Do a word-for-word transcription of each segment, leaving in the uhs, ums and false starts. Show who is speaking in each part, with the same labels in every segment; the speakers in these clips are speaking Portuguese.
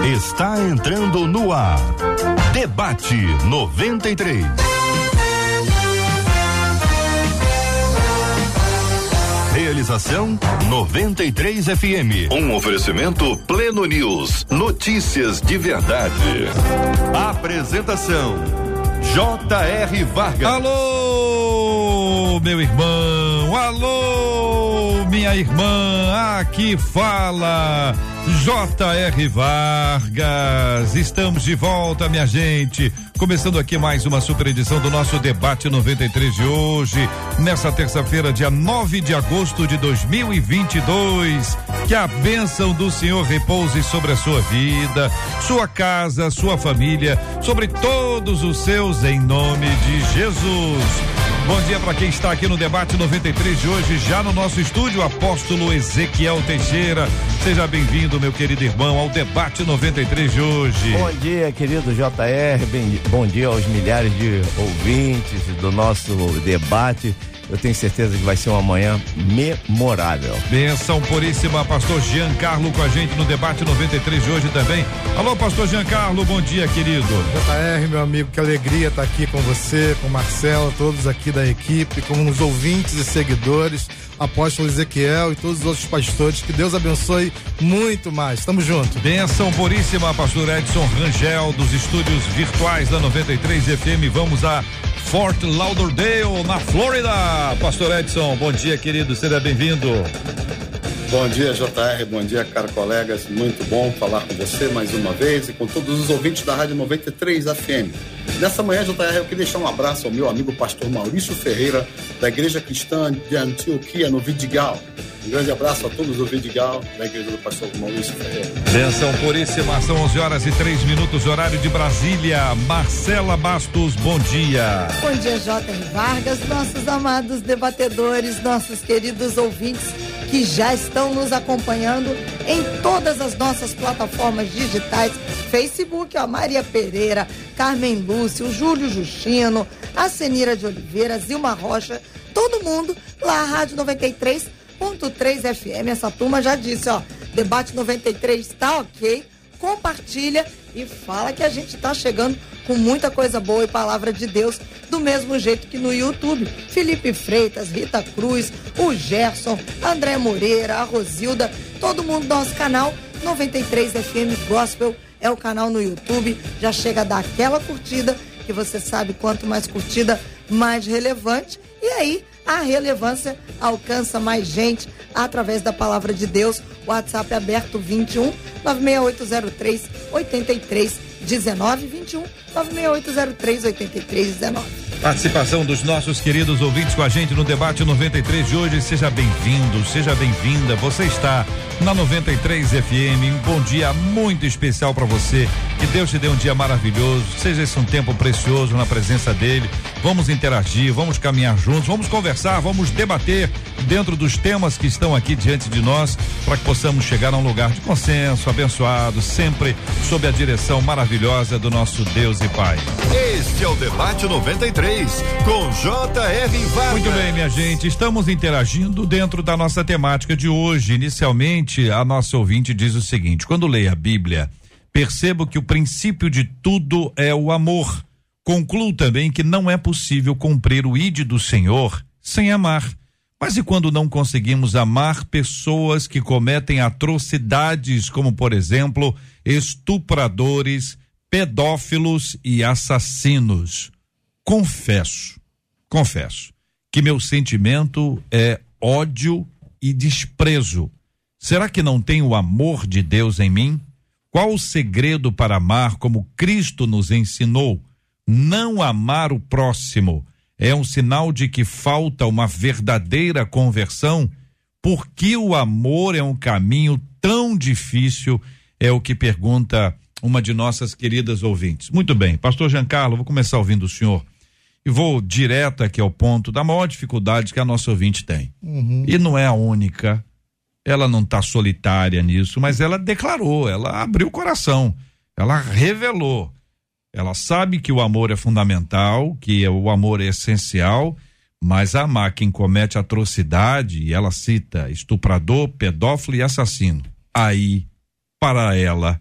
Speaker 1: Está entrando no ar. Debate noventa e três. Realização noventa e três F M. Um oferecimento Pleno News. Notícias de verdade. Apresentação J R Vargas.
Speaker 2: Alô, meu irmão. Alô, minha irmã. Aqui fala J R Vargas. Estamos de volta, minha gente. Começando aqui mais uma super edição do nosso Debate noventa e três de hoje, nessa terça-feira, dia nove de agosto de dois mil e vinte e dois. Que a bênção do Senhor repouse sobre a sua vida, sua casa, sua família, sobre todos os seus, em nome de Jesus. Bom dia para quem está aqui no Debate noventa e três de hoje, já no nosso estúdio, Apóstolo Ezequiel Teixeira. Seja bem-vindo, meu querido irmão, ao Debate noventa e três de hoje.
Speaker 3: Bom dia, querido J R, bem, bom dia aos milhares de ouvintes do nosso debate. Eu tenho certeza que vai ser uma manhã memorável.
Speaker 2: Benção puríssima, pastor Giancarlo com a gente no Debate noventa e três de hoje também. Alô, pastor Giancarlo, bom dia, querido.
Speaker 4: J R, meu amigo, que alegria estar aqui com você, com o Marcelo, todos aqui da equipe, com os ouvintes e seguidores, Apóstolo Ezequiel e todos os outros pastores. Que Deus abençoe muito mais. Tamo junto.
Speaker 2: Benção puríssima, pastor Edson Rangel, dos estúdios virtuais da noventa e três F M. Vamos a Fort Lauderdale, na Flórida. Pastor Edson, bom dia, querido, seja bem-vindo.
Speaker 5: Bom dia, J R, bom dia, caro colegas, muito bom falar com você mais uma vez e com todos os ouvintes da Rádio noventa e três F M. Nessa manhã, J R, eu queria deixar um abraço ao meu amigo pastor Maurício Ferreira, da Igreja Cristã de Antioquia, no Vidigal. Um grande abraço a todos do Vidigal, da Igreja do pastor Maurício Ferreira.
Speaker 2: Benção puríssima, são onze horas e três minutos, horário de Brasília. Marcela Bastos, bom dia.
Speaker 6: Bom dia, J R Vargas, nossos amados debatedores, nossos queridos ouvintes que já estão nos acompanhando em todas as nossas plataformas digitais, Facebook, a Maria Pereira, Carmen Lúcio, Júlio Justino, a Senira de Oliveira, Zilma Rocha, todo mundo lá, Rádio noventa e três ponto três F M, essa turma já disse, ó, Debate noventa e três tá ok, compartilha e fala que a gente tá chegando com muita coisa boa e palavra de Deus, do mesmo jeito que no YouTube. Felipe Freitas, Rita Cruz, o Gerson, André Moreira, a Rosilda, todo mundo do nosso canal noventa e três F M Gospel é o canal no YouTube. Já chega a dar aquela curtida, que você sabe quanto mais curtida, mais relevante. E aí, a relevância alcança mais gente através da palavra de Deus. WhatsApp aberto vinte e um, nove seis oito zero três, oito três um nove, vinte e um, nove seis oito zero três, oito três um nove.
Speaker 2: Participação dos nossos queridos ouvintes com a gente no Debate noventa e três de hoje. Seja bem-vindo, seja bem-vinda. Você está na noventa e três F M. Um bom dia muito especial para você. Que Deus te dê um dia maravilhoso. Seja esse um tempo precioso na presença dele. Vamos interagir, vamos caminhar juntos, vamos conversar, vamos debater dentro dos temas que estão aqui diante de nós, para que possamos chegar a um lugar de consenso, abençoado, sempre sob a direção maravilhosa do nosso Deus e Pai.
Speaker 1: Este é o Debate noventa e três com J R Vargas.
Speaker 2: Muito bem, minha gente, estamos interagindo dentro da nossa temática de hoje. Inicialmente, a nossa ouvinte diz o seguinte: quando leio a Bíblia, percebo que o princípio de tudo é o amor. Concluo também que não é possível cumprir o ide do Senhor sem amar. Mas e quando não conseguimos amar pessoas que cometem atrocidades, como, por exemplo, estupradores, pedófilos e assassinos? Confesso, confesso, que meu sentimento é ódio e desprezo. Será que não tem o amor de Deus em mim? Qual o segredo para amar como Cristo nos ensinou? Não amar o próximo é um sinal de que falta uma verdadeira conversão? Por que o amor é um caminho tão difícil? É o que pergunta uma de nossas queridas ouvintes. Muito bem, pastor Giancarlo, vou começar ouvindo o senhor e vou direto aqui ao ponto da maior dificuldade que a nossa ouvinte tem. Uhum. E não é a única, ela não está solitária nisso, mas ela declarou, ela abriu o coração, ela revelou. Ela sabe que o amor é fundamental, que o amor é essencial, mas amar quem comete atrocidade, e ela cita estuprador, pedófilo e assassino, aí, para ela,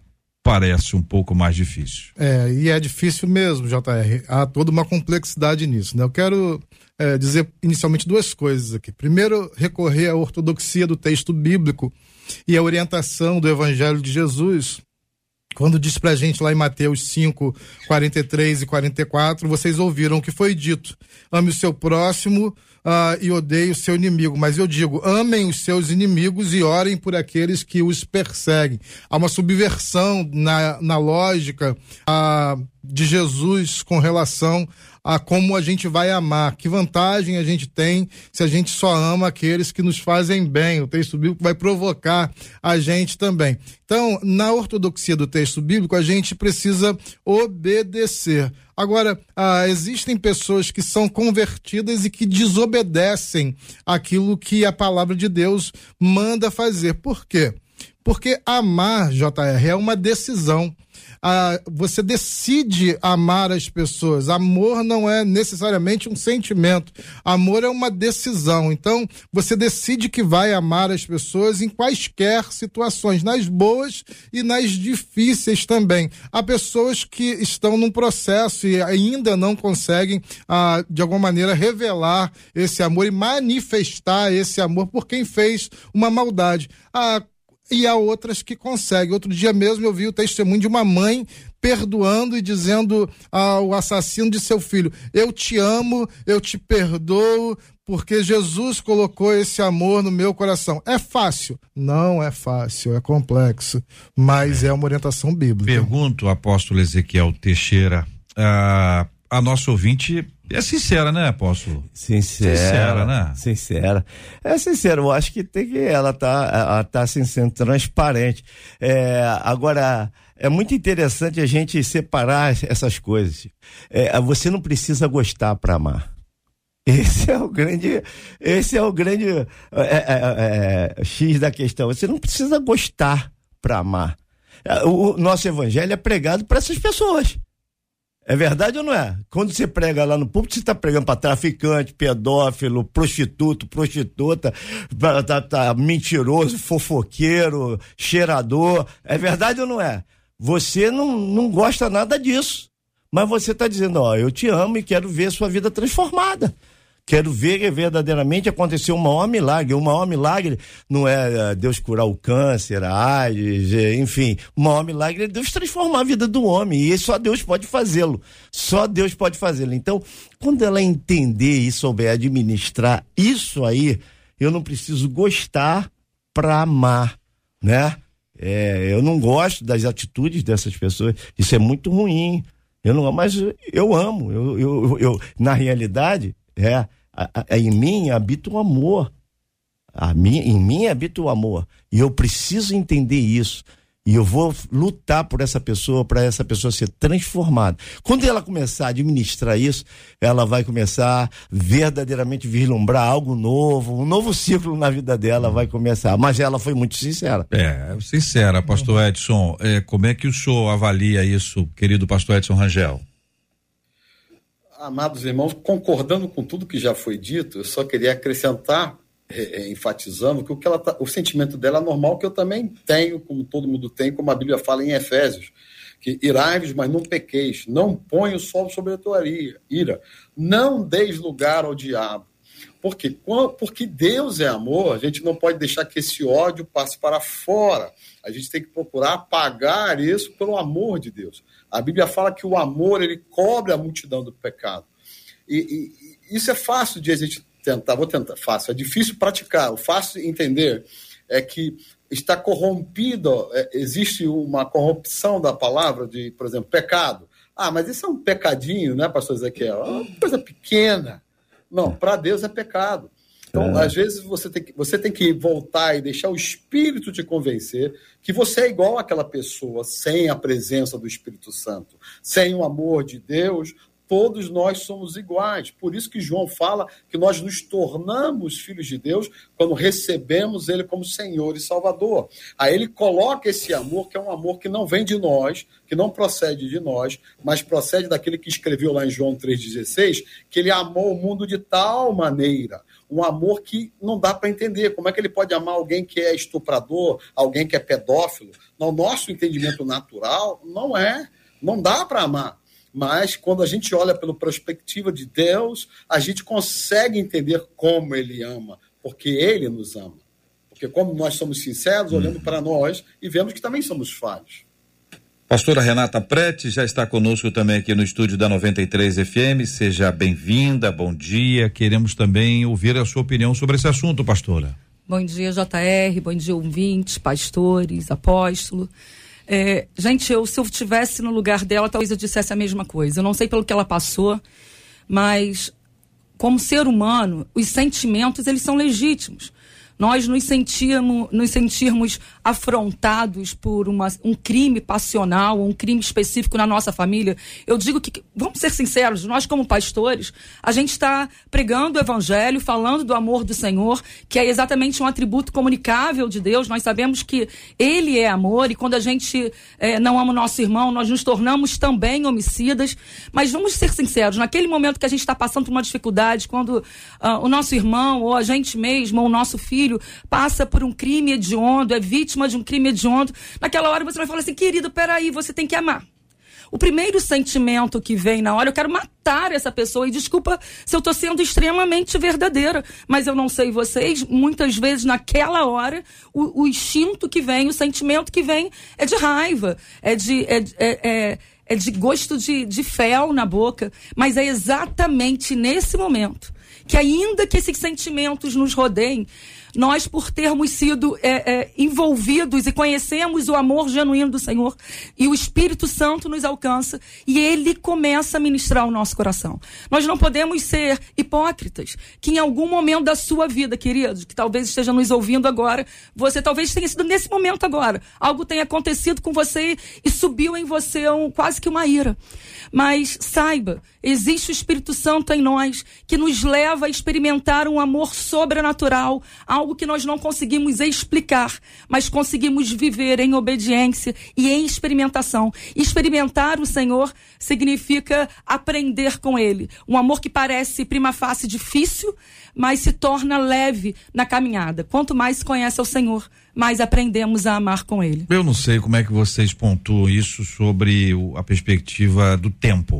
Speaker 2: parece um pouco mais difícil.
Speaker 4: É, e é difícil mesmo, J R. Há toda uma complexidade nisso, né? Eu quero é, dizer inicialmente duas coisas aqui. Primeiro, recorrer à ortodoxia do texto bíblico e à orientação do Evangelho de Jesus, quando diz pra gente lá em Mateus cinco, quarenta e três e quarenta e quatro, vocês ouviram o que foi dito: ame o seu próximo uh, e odeie o seu inimigo. Mas eu digo, amem os seus inimigos e orem por aqueles que os perseguem. Há uma subversão na, na lógica uh, de Jesus com relação a como a gente vai amar. Que vantagem a gente tem se a gente só ama aqueles que nos fazem bem. O texto bíblico vai provocar a gente também. Então, na ortodoxia do texto bíblico, a gente precisa obedecer. Agora, ah, existem pessoas que são convertidas e que desobedecem aquilo que a palavra de Deus manda fazer. Por quê? Porque amar, J R, é uma decisão. Ah, você decide amar as pessoas. Amor não é necessariamente um sentimento. Amor é uma decisão. Então, você decide que vai amar as pessoas em quaisquer situações, nas boas e nas difíceis também. Há pessoas que estão num processo e ainda não conseguem, ah, de alguma maneira, revelar esse amor e manifestar esse amor por quem fez uma maldade. Ah, E há outras que conseguem. Outro dia mesmo eu vi o testemunho de uma mãe perdoando e dizendo ao assassino de seu filho: eu te amo, eu te perdoo, porque Jesus colocou esse amor no meu coração. É fácil? Não é fácil, é complexo, mas é, é uma orientação bíblica.
Speaker 2: Pergunto, apóstolo Ezequiel Teixeira, a, a nossa ouvinte é sincera, né, apóstolo?
Speaker 3: Sincera,
Speaker 2: sincera, né?
Speaker 3: Sincera. É sincera, eu acho que tem que, ela tá, ela tá assim, sendo transparente. É, agora, é muito interessante a gente separar essas coisas. É, você não precisa gostar para amar. Esse é o grande, esse é o grande é, é, é, X da questão. Você não precisa gostar para amar. O nosso evangelho é pregado para essas pessoas. É verdade ou não é? Quando você prega lá no púlpito, você está pregando para traficante, pedófilo, prostituto, prostituta, pra, tá, tá, mentiroso, fofoqueiro, cheirador. É verdade ou não é? Você não, não gosta nada disso. Mas você está dizendo, ó, eu te amo e quero ver sua vida transformada. Quero ver que verdadeiramente aconteceu um maior milagre. O maior milagre não é Deus curar o câncer, a AIDS, enfim. O maior milagre é Deus transformar a vida do homem. E só Deus pode fazê-lo. Só Deus pode fazê-lo. Então, quando ela entender e souber administrar isso aí, eu não preciso gostar para amar, né? É, eu não gosto das atitudes dessas pessoas. Isso é muito ruim. Eu não, mas eu amo. Eu, eu, eu, na realidade, é, a, a, em mim habita o amor. A mim, em mim habita o amor. E eu preciso entender isso. E eu vou lutar por essa pessoa, para essa pessoa ser transformada. Quando ela começar a administrar isso, ela vai começar verdadeiramente vislumbrar algo novo, um novo ciclo na vida dela vai começar. Mas ela foi muito sincera.
Speaker 2: É, sincera, pastor Edson. É, como é que o senhor avalia isso, querido pastor Edson Rangel?
Speaker 5: Amados irmãos, concordando com tudo que já foi dito, eu só queria acrescentar, É, é, enfatizando que o, que ela tá, o sentimento dela é normal, que eu também tenho, como todo mundo tem, como a Bíblia fala em Efésios, que irai-vos, mas não pequeis, não ponha o sol sobre a tua ira, não deis lugar ao diabo. Por quê? Porque Deus é amor, a gente não pode deixar que esse ódio passe para fora, a gente tem que procurar apagar isso pelo amor de Deus. A Bíblia fala que o amor, ele cobre a multidão do pecado, e, e, e isso é fácil de a gente tentar, vou tentar, fácil, é difícil praticar, o fácil entender é que está corrompido, é, existe uma corrupção da palavra de, por exemplo, pecado. Ah, mas isso é um pecadinho, né, pastor Ezequiel? É uma coisa pequena. Não, para Deus é pecado. Então, é. às vezes, você tem, que, você tem que voltar e deixar o Espírito te convencer que você é igual àquela pessoa sem a presença do Espírito Santo, sem o amor de Deus. Todos nós somos iguais. Por isso que João fala que nós nos tornamos filhos de Deus quando recebemos Ele como Senhor e Salvador. Aí Ele coloca esse amor, que é um amor que não vem de nós, que não procede de nós, mas procede daquele que escreveu lá em João três dezesseis, que Ele amou o mundo de tal maneira. um amor que não dá para entender. Como é que ele pode amar alguém que é estuprador, alguém que é pedófilo? No nosso entendimento natural, não é, não dá para amar. Mas quando a gente olha pela perspectiva de Deus, a gente consegue entender como ele ama, porque ele nos ama. Porque como nós somos sinceros, olhando hum. para nós e vemos que também somos falhos.
Speaker 2: Pastora Renata Prete já está conosco também aqui no estúdio da noventa e três F M. Seja bem-vinda, bom dia. Queremos também ouvir a sua opinião sobre esse assunto, pastora.
Speaker 7: Bom dia, J R, bom dia, ouvintes, pastores, apóstolo. É, gente, eu, se eu estivesse no lugar dela, talvez eu dissesse a mesma coisa. Eu não sei pelo que ela passou, mas como ser humano, os sentimentos, eles são legítimos. Nós nos sentirmos, nos sentirmos afrontados por uma, um crime passional, um crime específico na nossa família. Eu digo que, vamos ser sinceros, nós como pastores, a gente está pregando o evangelho, falando do amor do Senhor, que é exatamente um atributo comunicável de Deus. Nós sabemos que Ele é amor, e quando a gente é, não ama o nosso irmão, nós nos tornamos também homicidas. Mas vamos ser sinceros, naquele momento que a gente está passando por uma dificuldade, quando uh, o nosso irmão, ou a gente mesmo, ou o nosso filho, passa por um crime hediondo, é vítima de um crime hediondo, naquela hora você vai falar assim: querido, peraí, você tem que amar. O primeiro sentimento que vem na hora, eu quero matar essa pessoa, e desculpa se eu estou sendo extremamente verdadeira, mas eu não sei vocês, muitas vezes naquela hora, o, o instinto que vem, o sentimento que vem é de raiva, é de, é, é, é, é de gosto de, de fel na boca, mas é exatamente nesse momento que, ainda que esses sentimentos nos rodeiem, nós, por termos sido é, é, envolvidos e conhecemos o amor genuíno do Senhor, e o Espírito Santo nos alcança e Ele começa a ministrar o nosso coração. Nós não podemos ser hipócritas, que em algum momento da sua vida, queridos, que talvez esteja nos ouvindo agora, você talvez tenha sido nesse momento agora, algo tenha acontecido com você e subiu em você um, quase que uma ira. Mas saiba, existe o Espírito Santo em nós, que nos leva a experimentar um amor sobrenatural, algo que nós não conseguimos explicar, mas conseguimos viver em obediência e em experimentação. Experimentar o Senhor significa aprender com Ele. Um amor que parece, prima facie, difícil, mas se torna leve na caminhada. Quanto mais se conhece ao Senhor, mais aprendemos a amar com Ele.
Speaker 2: Eu não sei como é que vocês pontuam isso sobre o, a perspectiva do tempo.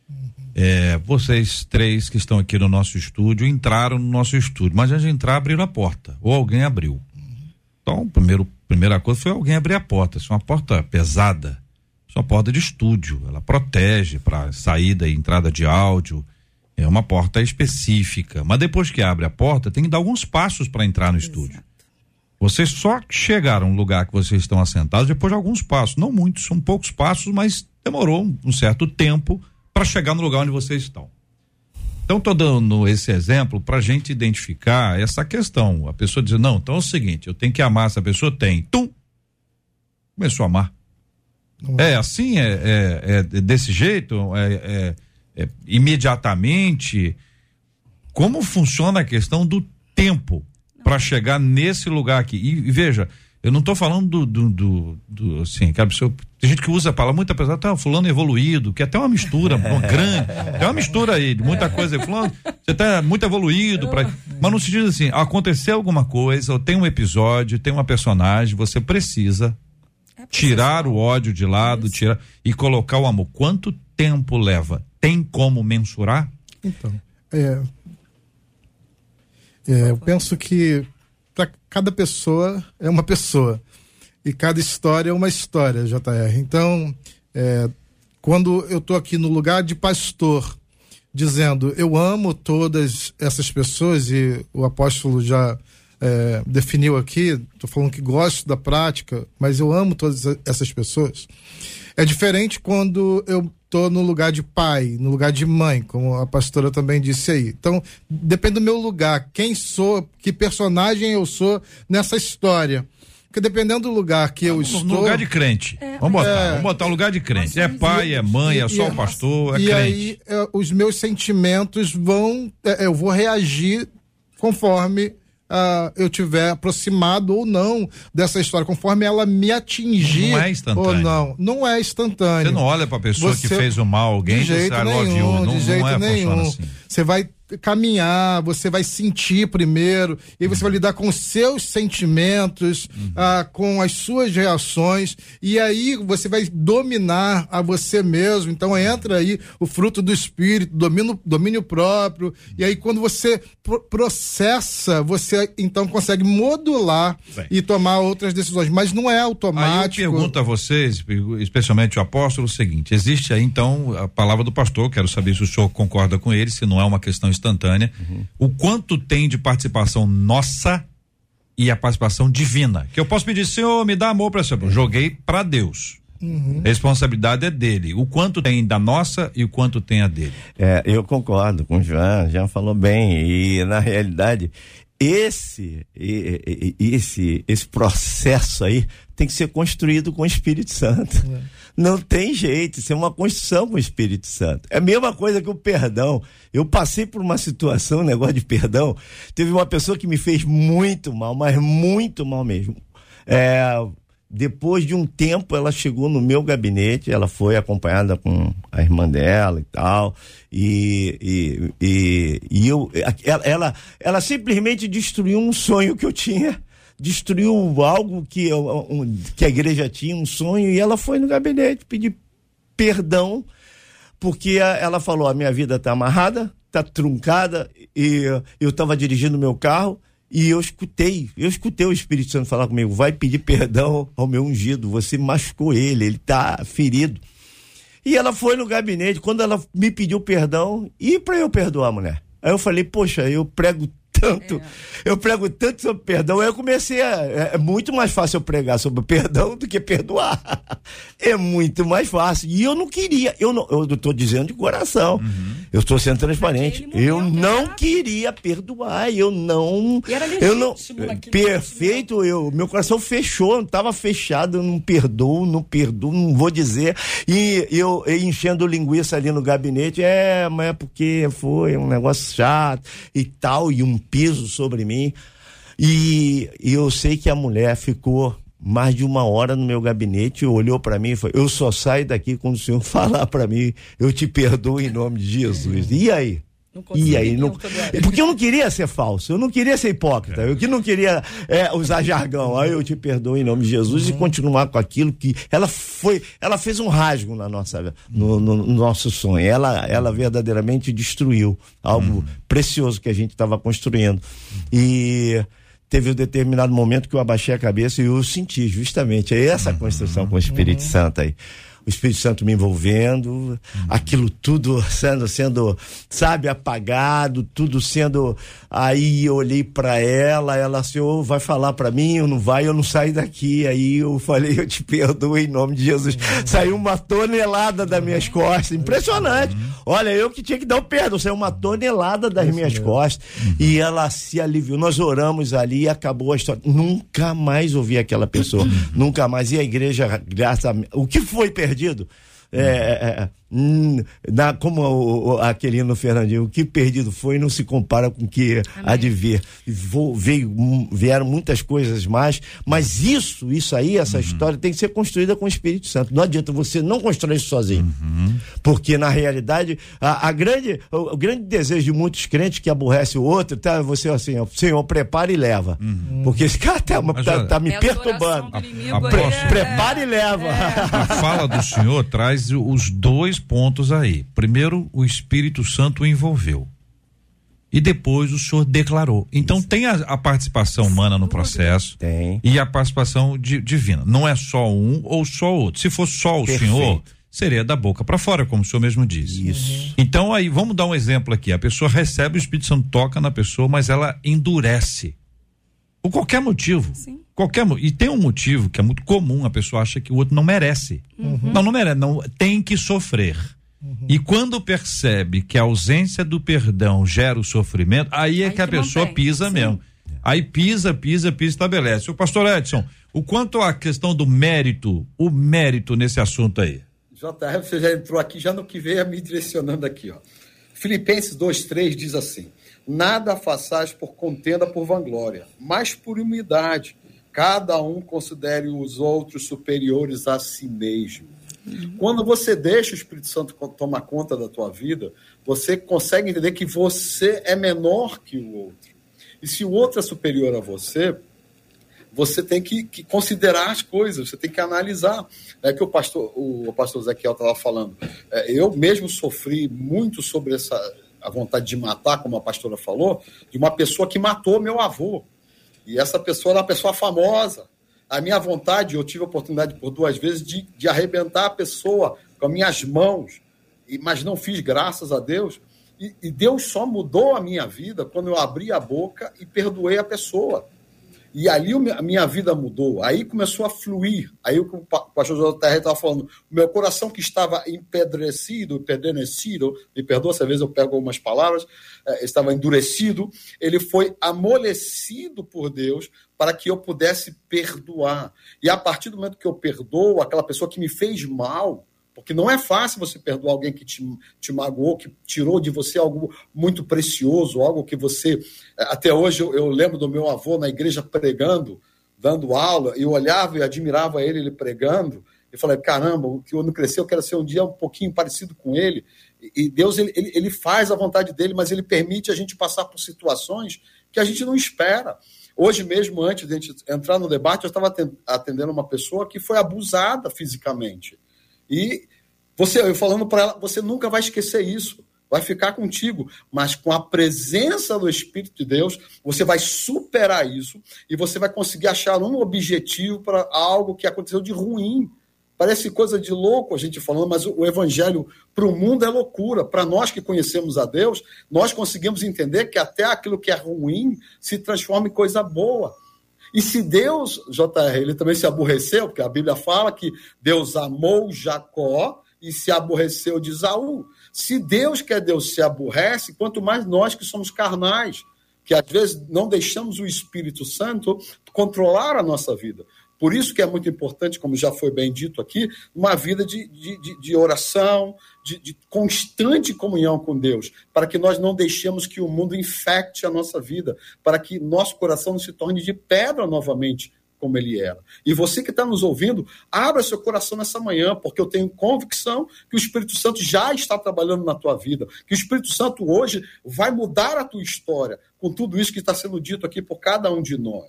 Speaker 2: É, vocês três que estão aqui no nosso estúdio entraram no nosso estúdio, mas antes de entrar abriram a porta, ou alguém abriu. Então, primeiro, primeira coisa foi alguém abrir a porta. Isso é uma porta pesada, isso é uma porta de estúdio, ela protege para saída e entrada de áudio, é uma porta específica, mas depois que abre a porta tem que dar alguns passos para entrar no estúdio. Exato. Vocês só chegaram no lugar que vocês estão assentados depois de alguns passos, não muitos, são poucos passos, mas demorou um, um certo tempo para chegar no lugar onde vocês estão. Então, estou dando esse exemplo para a gente identificar essa questão. A pessoa diz: não, então é o seguinte, eu tenho que amar essa pessoa, tem. Tum! Começou a amar. Não é assim? É, é, é desse jeito? É, é, é imediatamente? Como funciona a questão do tempo para chegar nesse lugar aqui? E, e veja, eu não estou falando do, do, do, do assim, que a pessoa, tem gente que usa a palavra muito apesar, tá, fulano evoluído, que é até uma mistura uma grande, tem uma mistura aí de muita coisa, fulano, você tá muito evoluído, pra, mas não se diz assim, aconteceu alguma coisa, ou tem um episódio, tem uma personagem, você precisa é tirar o ódio de lado, tirar e colocar o amor. Quanto tempo leva? Tem como mensurar?
Speaker 4: Então, é, é eu penso que para cada pessoa é uma pessoa e cada história é uma história, J R. Então, é, quando eu estou aqui no lugar de pastor, dizendo eu amo todas essas pessoas, e o apóstolo já é, definiu aqui, estou falando que gosto da prática, mas eu amo todas essas pessoas. É diferente quando eu estou no lugar de pai, no lugar de mãe, como a pastora também disse aí. Então, depende do meu lugar, quem sou, que personagem eu sou nessa história. Porque dependendo do lugar que eu estou... No
Speaker 2: lugar de crente. É, vamos botar, é, vamos botar um lugar de crente. É pai, é mãe, é só o pastor, é
Speaker 4: e
Speaker 2: crente.
Speaker 4: E aí, é, os meus sentimentos vão... É, eu vou reagir conforme... Uh, eu tiver aproximado ou não dessa história, conforme ela me atingir.
Speaker 2: Não é instantâneo.
Speaker 4: Ou não. Não é instantâneo.
Speaker 2: Você não olha pra pessoa
Speaker 4: Você,
Speaker 2: que fez o mal a alguém
Speaker 4: de jeito
Speaker 2: e
Speaker 4: nenhum,
Speaker 2: não,
Speaker 4: de jeito
Speaker 2: não é,
Speaker 4: nenhum.
Speaker 2: Assim.
Speaker 4: Você vai caminhar, você vai sentir primeiro, e aí você vai lidar com os seus sentimentos, uhum. ah, com as suas reações, e aí você vai dominar a você mesmo. Então entra aí o fruto do Espírito, domínio, domínio próprio, e aí quando você pro- processa, você então consegue modular Bem. e tomar outras decisões, mas não é automático.
Speaker 2: Aí eu pergunto a vocês, especialmente o apóstolo, o seguinte: existe aí então a palavra do pastor, quero saber se o senhor concorda com ele, se não é uma questão instantânea, uhum. o quanto tem de participação nossa e a participação divina, que eu posso pedir, Senhor, me dá amor para você, eu joguei para Deus. Uhum. A responsabilidade é dele. O quanto tem da nossa e o quanto tem a dele.
Speaker 3: É, eu concordo com o João, já falou bem, e na realidade esse esse esse processo aí tem que ser construído com o Espírito Santo. É. Não tem jeito, isso é uma construção com o Espírito Santo. É a mesma coisa que o perdão. Eu passei por uma situação, um negócio de perdão. Teve uma pessoa que me fez muito mal, mas muito mal mesmo. É, depois de um tempo, ela chegou no meu gabinete, ela foi acompanhada com a irmã dela e tal, e, e, e, e eu, ela, ela, ela simplesmente destruiu um sonho que eu tinha. Destruiu algo que, um, que a igreja tinha, um sonho, e ela foi no gabinete pedir perdão, porque a, ela falou: a minha vida está amarrada, está truncada, e eu estava dirigindo o meu carro, e eu escutei, eu escutei o Espírito Santo falar comigo: vai pedir perdão ao meu ungido, você machucou ele, ele está ferido. E ela foi no gabinete, quando ela me pediu perdão, e para eu perdoar a mulher? Aí eu falei: poxa, eu prego tanto, é. eu prego tanto sobre perdão. Aí eu comecei a, é, é muito mais fácil eu pregar sobre perdão do que perdoar. É muito mais fácil. E eu não queria, eu não, eu tô dizendo de coração, uhum. eu estou sendo transparente. Eu não era... queria perdoar, eu não,
Speaker 7: e era
Speaker 3: eu não, perfeito, eu, meu coração fechou, estava fechado, eu não perdoo, não perdoo, não vou dizer. E eu, eu enchendo linguiça ali no gabinete, é, mas é porque foi um negócio chato e tal, e um piso sobre mim, e, e eu sei que a mulher ficou mais de uma hora no meu gabinete, olhou para mim e falou: eu só saio daqui quando o senhor falar para mim, eu te perdoo em nome de Jesus. E aí? E aí, não, porque eu não queria ser falso, eu não queria ser hipócrita, eu que não queria é, usar jargão. Aí eu te perdoo em nome de Jesus, uhum. e continuar com aquilo que ela foi, ela fez um rasgo na nossa, no, no, no nosso sonho. Ela, ela verdadeiramente destruiu algo uhum. precioso que a gente estava construindo. E teve um determinado momento que eu abaixei a cabeça e eu senti justamente essa construção com o Espírito uhum. Santo aí. O Espírito Santo me envolvendo, uhum. aquilo tudo sendo, sendo, sabe, apagado, tudo sendo. Aí eu olhei para ela, ela assim: oh, vai falar para mim ou não vai? Eu não saio daqui. Aí eu falei: eu te perdoo em nome de Jesus. Uhum. Saiu uma tonelada das minhas costas, impressionante. Uhum. Olha, eu que tinha que dar o perdão, saiu uma tonelada das Isso minhas mesmo. costas. Uhum. E ela se aliviou. Nós oramos ali e acabou a história. Nunca mais ouvi aquela pessoa, uhum. nunca mais. E a igreja, graças a... O que foi perdido? É, é, hum, na, como o, o, aquele no Fernandinho, o que perdido foi não se compara com o que há de vir. Vou, veio, vieram muitas coisas mais, mas isso, isso aí, essa uhum. história tem que ser construída com o Espírito Santo. Não adianta você não construir isso sozinho, uhum. porque na realidade a, a grande, o, o grande desejo de muitos crentes que aborrece o outro, tá, você assim, ó, Senhor, prepara e leva, uhum. porque esse cara tá, tá, tá me perturbando. A, a,
Speaker 2: a,
Speaker 3: é, prepara é, e leva.
Speaker 2: É. A fala do Senhor traz os dois pontos aí. Primeiro, o Espírito Santo o envolveu. E depois o senhor declarou. Então Isso. tem a, a participação humana no processo.
Speaker 3: Tem.
Speaker 2: E a participação di, divina. Não é só um ou só outro. Se fosse só o Perfeito. senhor, seria da boca para fora, como o senhor mesmo disse.
Speaker 3: Isso.
Speaker 2: Então aí, vamos dar um exemplo aqui. A pessoa recebe, o Espírito Santo toca na pessoa, mas ela endurece. Por qualquer motivo. Sim. Qualquer, e tem um motivo que é muito comum, a pessoa acha que o outro não merece. Uhum. Não, não merece, não, tem que sofrer. Uhum. E quando percebe que a ausência do perdão gera o sofrimento, aí é aí que a pessoa mantém. pisa Sim. mesmo. Aí pisa, pisa, pisa, estabelece. O pastor Edson, o quanto à questão do mérito, o mérito nesse assunto aí?
Speaker 5: J R, você já entrou aqui, já no que veio me direcionando aqui, ó. Filipenses dois, três diz assim: nada façais por contenda por vanglória, mas por humildade. Cada um considere os outros superiores a si mesmo. Uhum. Quando você deixa o Espírito Santo tomar conta da tua vida, você consegue entender que você é menor que o outro. E se o outro é superior a você, você tem que, que considerar as coisas, você tem que analisar. É que o pastor, o, o pastor Ezequiel estava falando. É, eu mesmo sofri muito sobre essa a vontade de matar, como a pastora falou, de uma pessoa que matou meu avô. E essa pessoa era uma pessoa famosa. A minha vontade, eu tive a oportunidade por duas vezes de, de arrebentar a pessoa com as minhas mãos, e, mas não fiz, graças a Deus. E, e Deus só mudou a minha vida quando eu abri a boca e perdoei a pessoa. E ali a minha vida mudou. Aí começou a fluir. Aí o pastor J R estava falando, o meu coração que estava empedrecido, empedernecido, me perdoa se às vezes eu pego algumas palavras, eh, estava endurecido, ele foi amolecido por Deus para que eu pudesse perdoar. E a partir do momento que eu perdoo aquela pessoa que me fez mal, porque não é fácil você perdoar alguém que te, te magoou, que tirou de você algo muito precioso, algo que você... Até hoje eu, eu lembro do meu avô na igreja pregando, dando aula, e eu olhava e admirava ele, ele pregando, e falei, caramba, que eu não cresci, eu quero ser um dia um pouquinho parecido com ele. E Deus, ele, ele, ele faz a vontade dele, mas ele permite a gente passar por situações que a gente não espera. Hoje mesmo, antes de a gente entrar no debate, eu estava atendendo uma pessoa que foi abusada fisicamente. E você, eu falando para ela, você nunca vai esquecer isso, vai ficar contigo, mas com a presença do Espírito de Deus, você vai superar isso e você vai conseguir achar um objetivo para algo que aconteceu de ruim. Parece coisa de louco a gente falando, mas o evangelho para o mundo é loucura. Para nós que conhecemos a Deus, nós conseguimos entender que até aquilo que é ruim se transforma em coisa boa. E se Deus, J R, ele também se aborreceu, porque a Bíblia fala que Deus amou Jacó e se aborreceu de Esaú. Se Deus, que é Deus, se aborrece, quanto mais nós que somos carnais, que às vezes não deixamos o Espírito Santo controlar a nossa vida. Por isso que é muito importante, como já foi bem dito aqui, uma vida de, de, de oração, de, de constante comunhão com Deus, para que nós não deixemos que o mundo infecte a nossa vida, para que nosso coração não se torne de pedra novamente, como ele era. E você que está nos ouvindo, abra seu coração nessa manhã, porque eu tenho convicção que o Espírito Santo já está trabalhando na tua vida, que o Espírito Santo hoje vai mudar a tua história, com tudo isso que está sendo dito aqui por cada um de nós.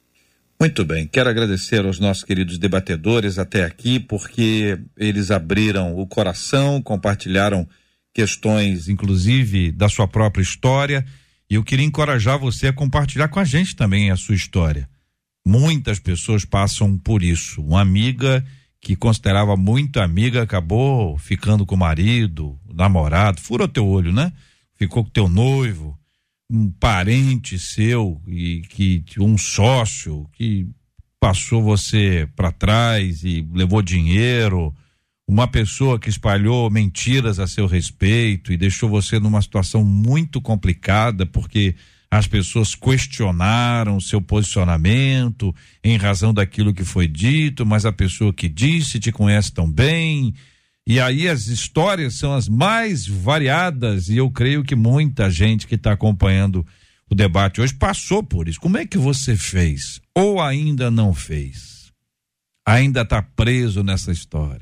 Speaker 2: Muito bem, quero agradecer aos nossos queridos debatedores até aqui, porque eles abriram o coração, compartilharam questões, inclusive, da sua própria história, e eu queria encorajar você a compartilhar com a gente também a sua história. Muitas pessoas passam por isso. Uma amiga que considerava muito amiga acabou ficando com o marido, o namorado, furou teu olho, né? Ficou com teu noivo, um parente seu e que um sócio que passou você para trás e levou dinheiro, uma pessoa que espalhou mentiras a seu respeito e deixou você numa situação muito complicada porque as pessoas questionaram o seu posicionamento em razão daquilo que foi dito, mas a pessoa que disse te conhece tão bem. E aí as histórias são as mais variadas e eu creio que muita gente que está acompanhando o debate hoje passou por isso. Como é que você fez? Ou ainda não fez? Ainda está preso nessa história?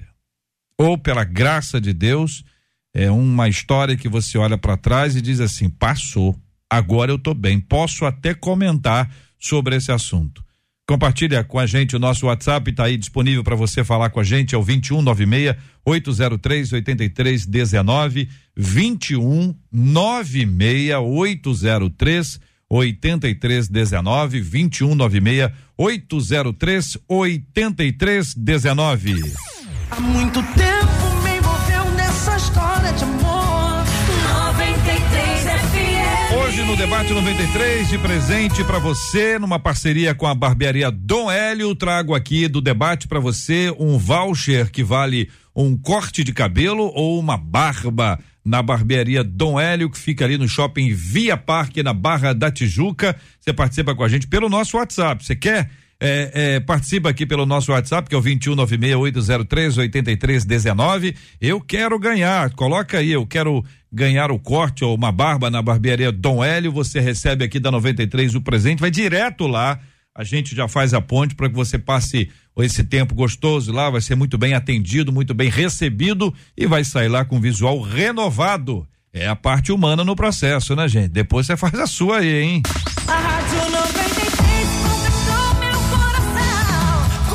Speaker 2: Ou pela graça de Deus, é uma história que você olha para trás e diz assim, passou, agora eu estou bem, posso até comentar sobre esse assunto. Compartilha com a gente, o nosso WhatsApp está aí disponível para você falar com a gente, é o vinte e um nove seis, oito zero três, oito três um nove, vinte e um nove seis, oito zero três, oito três um nove, vinte e um nove seis, oito zero três, oito três um nove.
Speaker 8: Há muito tempo me envolveu nessa história de amor. noventa e três F M.
Speaker 2: Hoje no Debate noventa e três, de presente para você, numa parceria com a barbearia Dom Hélio, trago aqui do debate para você um voucher que vale um corte de cabelo ou uma barba na barbearia Dom Hélio, que fica ali no shopping Via Parque, na Barra da Tijuca. Você participa com a gente pelo nosso WhatsApp. Você quer? É, é, participa aqui pelo nosso WhatsApp, que é o vinte e um nove seis, oito zero três, oito três um nove. Eu quero ganhar, coloca aí, eu quero ganhar o corte ou uma barba na barbearia Dom Hélio. Você recebe aqui da noventa e três o presente, vai direto lá a gente já faz a ponte para que você passe esse tempo gostoso lá, vai ser muito bem atendido, muito bem recebido e vai sair lá com visual renovado. É a parte humana no processo, né, gente? Depois você faz a sua aí, hein?
Speaker 8: A Rádio noventa e três conquistou meu coração,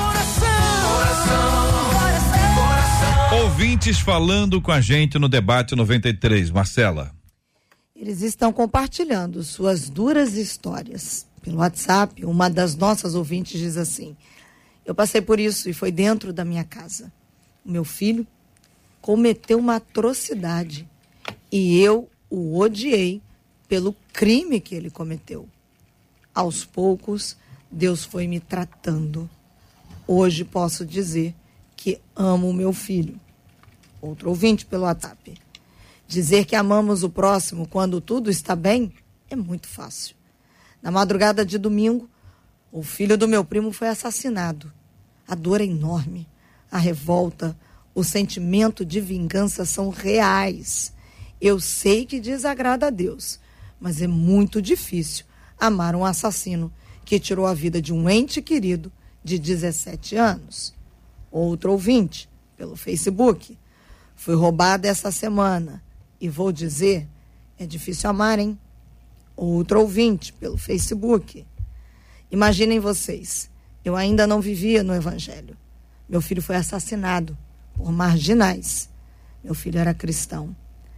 Speaker 8: coração, coração, coração.
Speaker 2: Ouvintes falando com a gente no Debate noventa e três. Marcela.
Speaker 6: Eles estão compartilhando suas duras histórias pelo WhatsApp. Uma das nossas ouvintes diz assim: eu passei por isso e foi dentro da minha casa. O meu filho cometeu uma atrocidade e eu o odiei pelo crime que ele cometeu. Aos poucos, Deus foi me tratando. Hoje posso dizer que amo o meu filho. Outro ouvinte pelo WhatsApp. Dizer que amamos o próximo quando tudo está bem é muito fácil. Na madrugada de domingo, o filho do meu primo foi assassinado. A dor é enorme. A revolta, o sentimento de vingança são reais. Eu sei que desagrada a Deus, mas é muito difícil amar um assassino que tirou a vida de um ente querido de dezessete anos. Outro ouvinte, pelo Facebook. Fui roubada essa semana. E vou dizer, é difícil amar, hein? Outro ouvinte pelo Facebook. Imaginem vocês, eu ainda não vivia no Evangelho. Meu filho foi assassinado por marginais. Meu filho era cristão.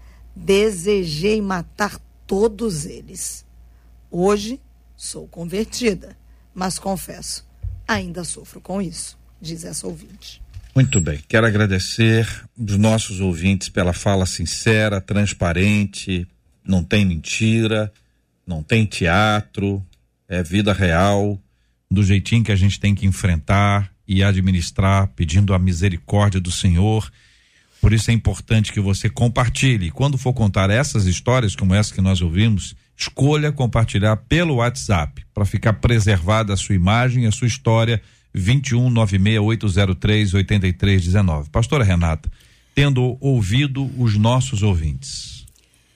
Speaker 6: Desejei matar todos eles. Hoje sou convertida, mas confesso, ainda sofro com isso, diz essa ouvinte.
Speaker 2: Muito bem, quero agradecer os nossos ouvintes pela fala sincera, transparente, não tem mentira, não tem teatro, é vida real, do jeitinho que a gente tem que enfrentar e administrar, pedindo a misericórdia do Senhor. Por isso é importante que você compartilhe. Quando for contar essas histórias, como essa que nós ouvimos, escolha compartilhar pelo WhatsApp, para ficar preservada a sua imagem, a sua história. vinte e um, nove seis oito zero três, oito três um nove. Pastora Renata, tendo ouvido os nossos ouvintes.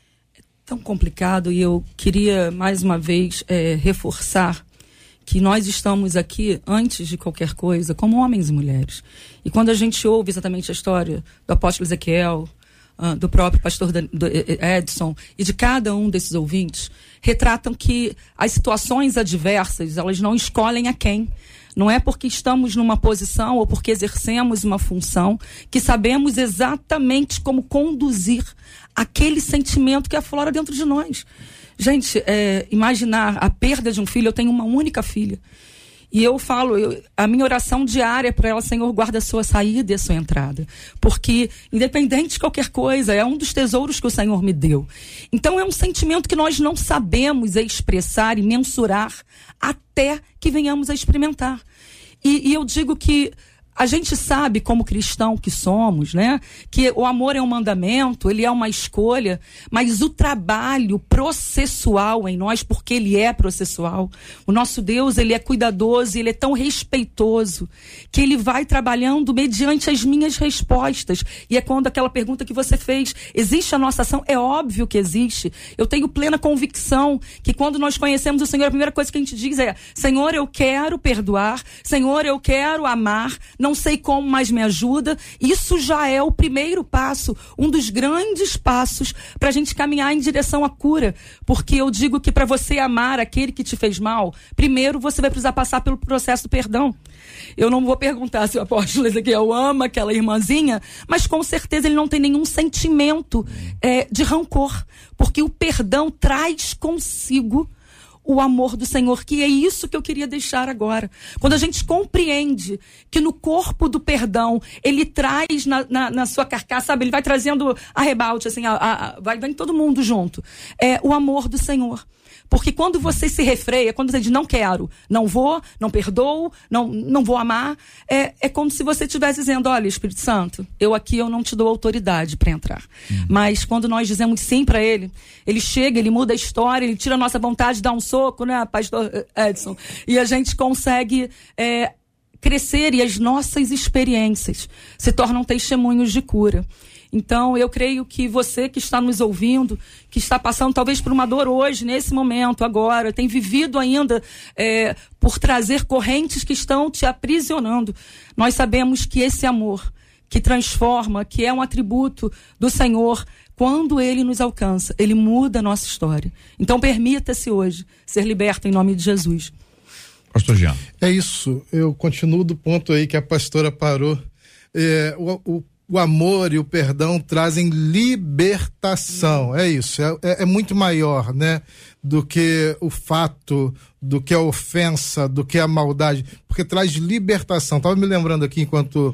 Speaker 7: É tão complicado e eu queria mais uma vez é, reforçar que nós estamos aqui, antes de qualquer coisa, como homens e mulheres. E quando a gente ouve exatamente a história do apóstolo Ezequiel, uh, do próprio pastor da, do Edson e de cada um desses ouvintes, retratam que as situações adversas, elas não escolhem a quem. Não é porque estamos numa posição ou porque exercemos uma função que sabemos exatamente como conduzir aquele sentimento que aflora dentro de nós. Gente, é, imaginar a perda de um filho, eu tenho uma única filha. E eu falo, eu, a minha oração diária para ela, Senhor, guarda a sua saída e a sua entrada. Porque, independente de qualquer coisa, é um dos tesouros que o Senhor me deu. Então, é um sentimento que nós não sabemos expressar e mensurar até que venhamos a experimentar. E, e eu digo que a gente sabe, como cristão que somos, né, que o amor é um mandamento, ele é uma escolha, mas o trabalho processual em nós, porque ele é processual, o nosso Deus, ele é cuidadoso, ele é tão respeitoso, que ele vai trabalhando mediante as minhas respostas. E é quando aquela pergunta que você fez, existe a nossa ação? É óbvio que existe. Eu tenho plena convicção que quando nós conhecemos o Senhor, a primeira coisa que a gente diz é: Senhor, eu quero perdoar, Senhor, eu quero amar, não sei como, mas me ajuda. Isso já é o primeiro passo, um dos grandes passos para a gente caminhar em direção à cura. Porque eu digo que para você amar aquele que te fez mal, primeiro você vai precisar passar pelo processo do perdão. Eu não vou perguntar se o apóstolo Ezequiel ama aquela irmãzinha, mas com certeza ele não tem nenhum sentimento é, de rancor, porque o perdão traz consigo o amor do Senhor, que é isso que eu queria deixar agora. Quando a gente compreende que no corpo do perdão, ele traz na, na, na sua carcaça, sabe, ele vai trazendo a rebalte, assim, a, a, vai, vai todo mundo junto. É o amor do Senhor. Porque quando você se refreia, quando você diz não quero, não vou, não perdoo, não, não vou amar, é, é como se você estivesse dizendo: olha, Espírito Santo, eu aqui eu não te dou autoridade para entrar. Hum. Mas quando nós dizemos sim para ele, ele chega, ele muda a história, ele tira a nossa vontade de dar um soco, né, pastor Edson? E a gente consegue é, crescer e as nossas experiências se tornam testemunhos de cura. Então, eu creio que você que está nos ouvindo, que está passando talvez por uma dor hoje, nesse momento, agora, tem vivido ainda é, por trazer correntes que estão te aprisionando. Nós sabemos que esse amor que transforma, que é um atributo do Senhor, quando Ele nos alcança, Ele muda a nossa história. Então, permita-se hoje ser liberto em nome de Jesus.
Speaker 2: Pastor Jean.
Speaker 4: É isso, eu continuo do ponto aí que a pastora parou. É, o, o O amor e o perdão trazem libertação, é isso, é, é, é muito maior, né, do que o fato, do que a ofensa, do que a maldade, porque traz libertação. Estava me lembrando aqui, enquanto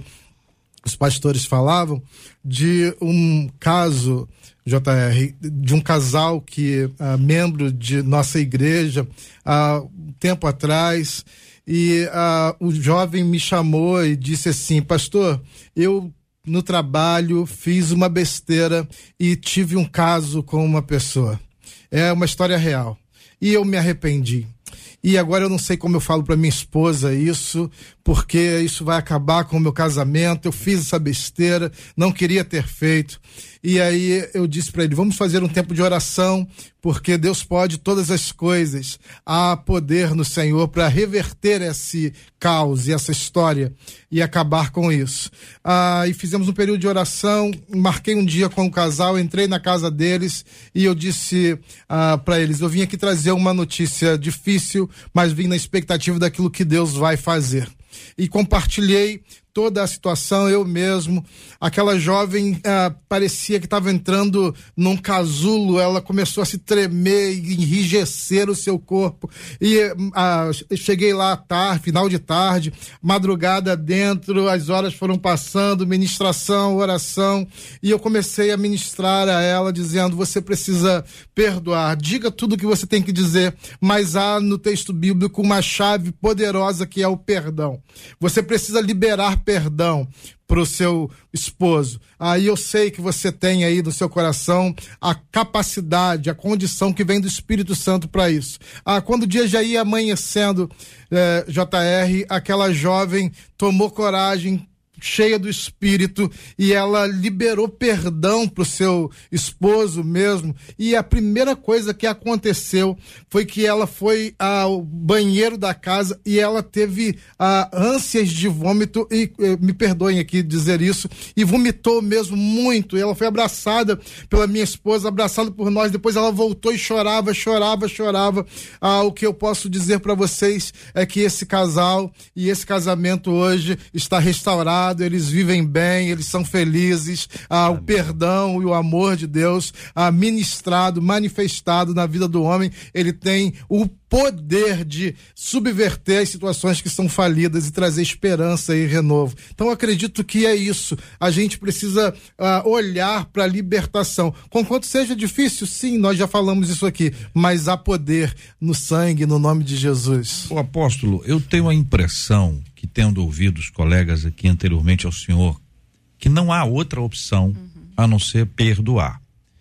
Speaker 4: os pastores falavam, de um caso, J R, de um casal que, uh, membro de nossa igreja, há uh, um tempo atrás, e uh, o jovem me chamou e disse assim: pastor, eu no trabalho fiz uma besteira e tive um caso com uma pessoa. É uma história real. E eu me arrependi. E agora eu não sei como eu falo para minha esposa isso, porque isso vai acabar com o meu casamento. Eu fiz essa besteira, não queria ter feito. E aí eu disse para ele: vamos fazer um tempo de oração, porque Deus pode todas as coisas. Há poder no Senhor para reverter esse caos e essa história e acabar com isso. Ah, e fizemos um período de oração, marquei um dia com o casal, entrei na casa deles e eu disse ah, para eles: eu vim aqui trazer uma notícia difícil, mas vim na expectativa daquilo que Deus vai fazer. E compartilhei toda a situação, eu mesmo. Aquela jovem ah, parecia que estava entrando num casulo, ela começou a se tremer e enrijecer o seu corpo. E ah, cheguei lá à tarde, final de tarde, madrugada dentro, as horas foram passando, ministração, oração, e eu comecei a ministrar a ela, dizendo: você precisa perdoar, diga tudo o que você tem que dizer, mas há no texto bíblico uma chave poderosa que é o perdão. Você precisa liberar perdão para o seu esposo. Aí eu sei que você tem aí no seu coração a capacidade, a condição que vem do Espírito Santo para isso. Ah, quando o dia já ia amanhecendo, eh, J R, aquela jovem tomou coragem, cheia do Espírito, e ela liberou perdão pro seu esposo mesmo. E a primeira coisa que aconteceu foi que ela foi ao banheiro da casa e ela teve ah, ânsias de vômito, e eh, me perdoem aqui dizer isso, e vomitou mesmo muito. E ela foi abraçada pela minha esposa, abraçada por nós. Depois ela voltou e chorava, chorava, chorava. Ah, o que eu posso dizer para vocês é que esse casal e esse casamento hoje está restaurado. Eles vivem bem, eles são felizes. Ah, o perdão e o amor de Deus ah, ministrado, manifestado na vida do homem, ele tem o poder de subverter as situações que são falidas e trazer esperança e renovo. Então eu acredito que é isso. A gente precisa uh, olhar para a libertação. Conquanto seja difícil, sim, nós já falamos isso aqui, mas há poder no sangue, no nome de Jesus.
Speaker 2: O apóstolo, eu tenho a impressão, que tendo ouvido os colegas aqui anteriormente ao senhor, que não há outra opção uhum. a não ser perdoar.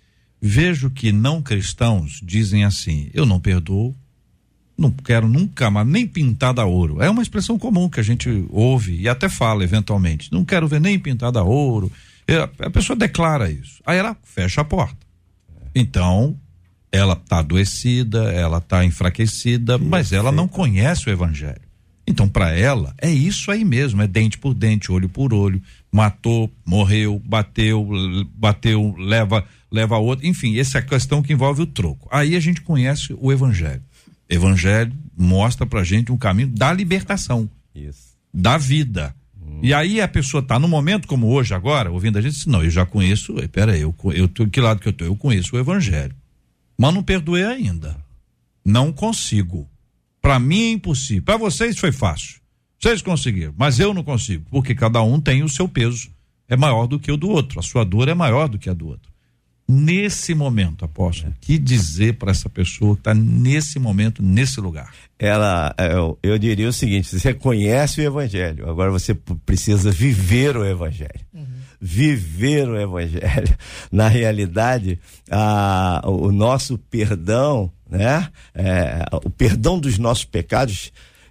Speaker 2: Vejo que não cristãos dizem assim: eu não perdoo, não quero nunca mais nem pintada a ouro. É uma expressão comum que a gente ouve e até fala eventualmente: não quero ver nem pintada a ouro. A pessoa declara isso, aí ela fecha a porta. Então ela está adoecida, ela está enfraquecida, mas ela não conhece o evangelho. Então para ela é isso aí mesmo, é dente por dente, olho por olho, matou, morreu, bateu, bateu, leva, leva outro, enfim, essa é a questão que envolve o troco. Aí a gente conhece o evangelho. Evangelho mostra pra gente um caminho da libertação, isso. da vida. Hum. E aí a pessoa tá no momento como hoje, agora, ouvindo a gente, diz: não, eu já conheço, pera aí, eu, eu tô, que lado que eu tô? Eu conheço o evangelho, mas não perdoei ainda. Não consigo. Pra mim é impossível. Pra vocês foi fácil. Vocês conseguiram, mas eu não consigo, porque cada um tem o seu peso, é maior do que o do outro, a sua dor é maior do que a do outro. Nesse momento, apóstolo, o que dizer para essa pessoa que está nesse momento, nesse lugar?
Speaker 3: Ela, eu, eu diria o seguinte: você conhece o evangelho, agora você precisa viver o evangelho. Uhum. Viver o evangelho. Na realidade, a, o nosso perdão, né? É, o perdão dos nossos pecados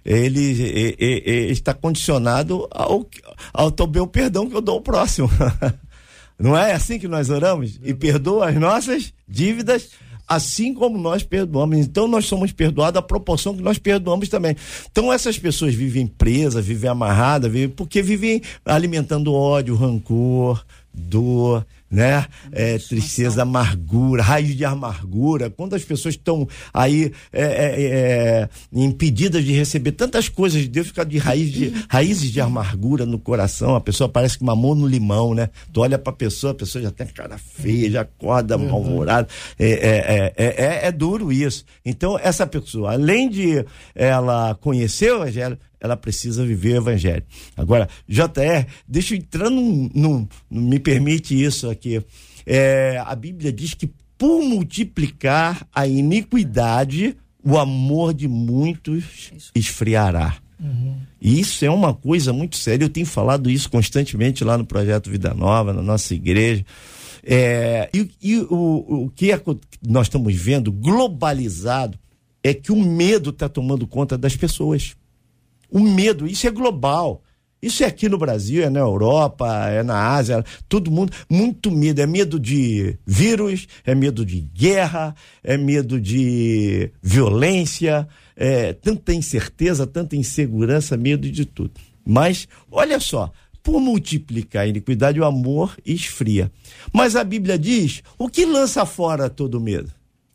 Speaker 3: ele, ele, ele, ele está condicionado ao, ao também o perdão que eu dou ao próximo. Não é assim que nós oramos? E perdoa as nossas dívidas, assim como nós perdoamos. Então nós somos perdoados à proporção que nós perdoamos também. Então essas pessoas vivem presas, vivem amarradas, vivem, porque vivem alimentando ódio, rancor, dor, né? É, tristeza, amargura, raiz de amargura. Quando as pessoas estão aí é, é, é, impedidas de receber tantas coisas de Deus, fica de, raiz de raízes de amargura no coração, a pessoa parece que mamou no limão, né? Tu olha pra pessoa, a pessoa já tem cara feia, já acorda uhum. mal-humorada. É, é, é, é, é duro isso. Então essa pessoa, além de ela conhecer o evangelho, ela precisa viver o evangelho. Agora, J R, deixa eu entrar num, num, num me permite isso aqui. É, a Bíblia diz que por multiplicar a iniquidade, o amor de muitos esfriará. Uhum. E isso é uma coisa muito séria. Eu tenho falado isso constantemente lá no Projeto Vida Nova, na nossa igreja. É, e e o, o que é, nós estamos vendo globalizado é que o medo está tomando conta das pessoas. O medo, isso é global. Isso é aqui no Brasil, é na Europa, é na Ásia, todo mundo, muito medo. É medo de vírus, é medo de guerra, é medo de violência, é tanta incerteza, tanta insegurança, medo de tudo. Mas, olha só, por multiplicar a iniquidade, o amor esfria. Mas a Bíblia diz, o que lança fora todo medo?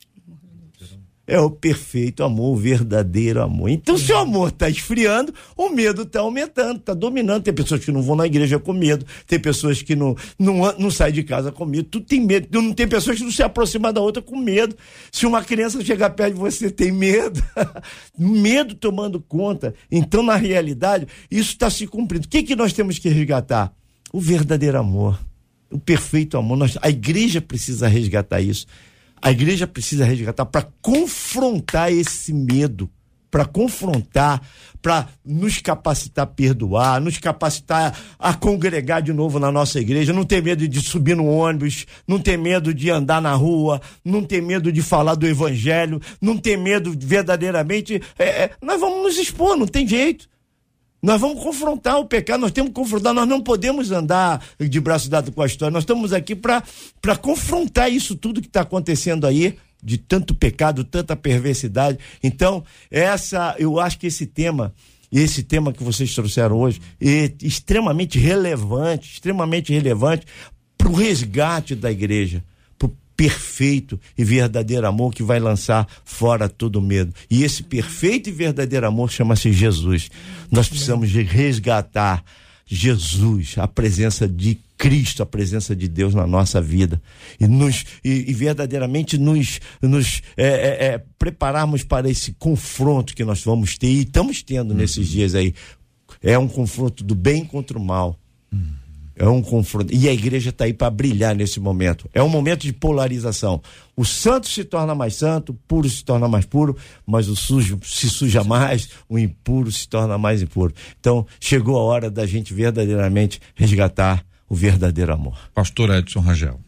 Speaker 3: É o perfeito amor, o verdadeiro amor. Então, se o amor está esfriando, o medo está aumentando, está dominando. Tem pessoas que não vão na igreja com medo, tem pessoas que não, não, não saem de casa com medo, tu tem medo. Não tem pessoas que não se aproximam da outra com medo. Se uma criança chegar perto de você, tem medo. Medo tomando conta. Então, na realidade, isso está se cumprindo. O que, que nós temos que resgatar? O verdadeiro amor, o perfeito amor. Nós, a igreja precisa resgatar isso. A igreja precisa resgatar para confrontar esse medo, para confrontar, para nos capacitar a perdoar, nos capacitar a congregar de novo na nossa igreja, não ter medo de subir no ônibus, não ter medo de andar na rua, não ter medo de falar do evangelho, não ter medo verdadeiramente. É, nós vamos nos expor, não tem jeito. Nós vamos confrontar o pecado, nós temos que confrontar, nós não podemos andar de braço dado com a história, nós estamos aqui para para confrontar isso tudo que está acontecendo aí, de tanto pecado, tanta perversidade. Então, essa, eu acho que esse tema, esse tema que vocês trouxeram hoje, é extremamente relevante, extremamente relevante para o resgate da igreja, perfeito e verdadeiro amor que vai lançar fora todo medo. E esse perfeito e verdadeiro amor chama-se Jesus. Nós precisamos de resgatar Jesus, a presença de Cristo, a presença de Deus na nossa vida. E, nos, e, e verdadeiramente nos, nos é, é, é, prepararmos para esse confronto que nós vamos ter e estamos tendo uhum. nesses dias aí. É um confronto do bem contra o mal. Uhum. É um confronto. E a igreja está aí para brilhar nesse momento. É um momento de polarização. O santo se torna mais santo, o puro se torna mais puro, mas o sujo se suja mais, o impuro se torna mais impuro. Então, chegou a hora da gente verdadeiramente resgatar o verdadeiro amor.
Speaker 2: Pastor Edson Rangel.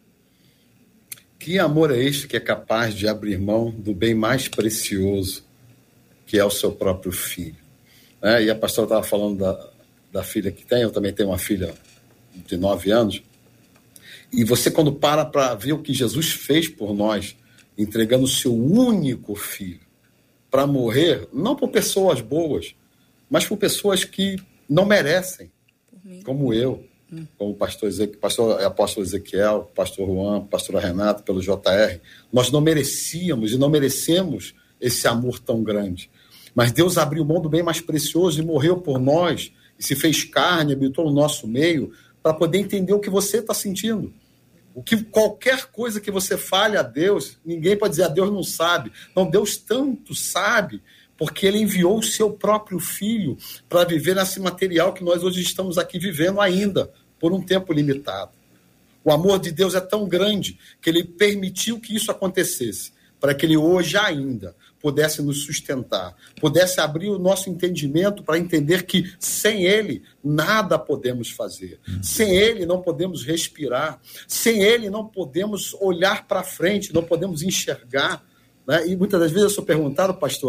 Speaker 5: Que amor é este que é capaz de abrir mão do bem mais precioso, que é o seu próprio filho? É, e a pastora estava falando da, da filha que tem, eu também tenho uma filha de nove anos, e você quando para para ver o que Jesus fez por nós, entregando o seu único filho para morrer, não por pessoas boas, mas por pessoas que não merecem, como eu, hum. como o pastor, Ezequiel, pastor apóstolo Ezequiel, pastor Juan, pastora Renata, pelo J R, nós não merecíamos e não merecemos esse amor tão grande, mas Deus abriu mão do bem mais precioso e morreu por nós, e se fez carne, habitou no nosso meio, para poder entender o que você está sentindo. O que, qualquer coisa que você fale a Deus, ninguém pode dizer, a Deus não sabe. Não, Deus tanto sabe, porque Ele enviou o seu próprio Filho para viver nesse material que nós hoje estamos aqui vivendo ainda, por um tempo limitado. O amor de Deus é tão grande que Ele permitiu que isso acontecesse, para que Ele hoje ainda pudesse nos sustentar, pudesse abrir o nosso entendimento para entender que sem Ele nada podemos fazer, sem Ele não podemos respirar, sem Ele não podemos olhar para frente, não podemos enxergar, né? E muitas das vezes eu sou perguntado, pastora,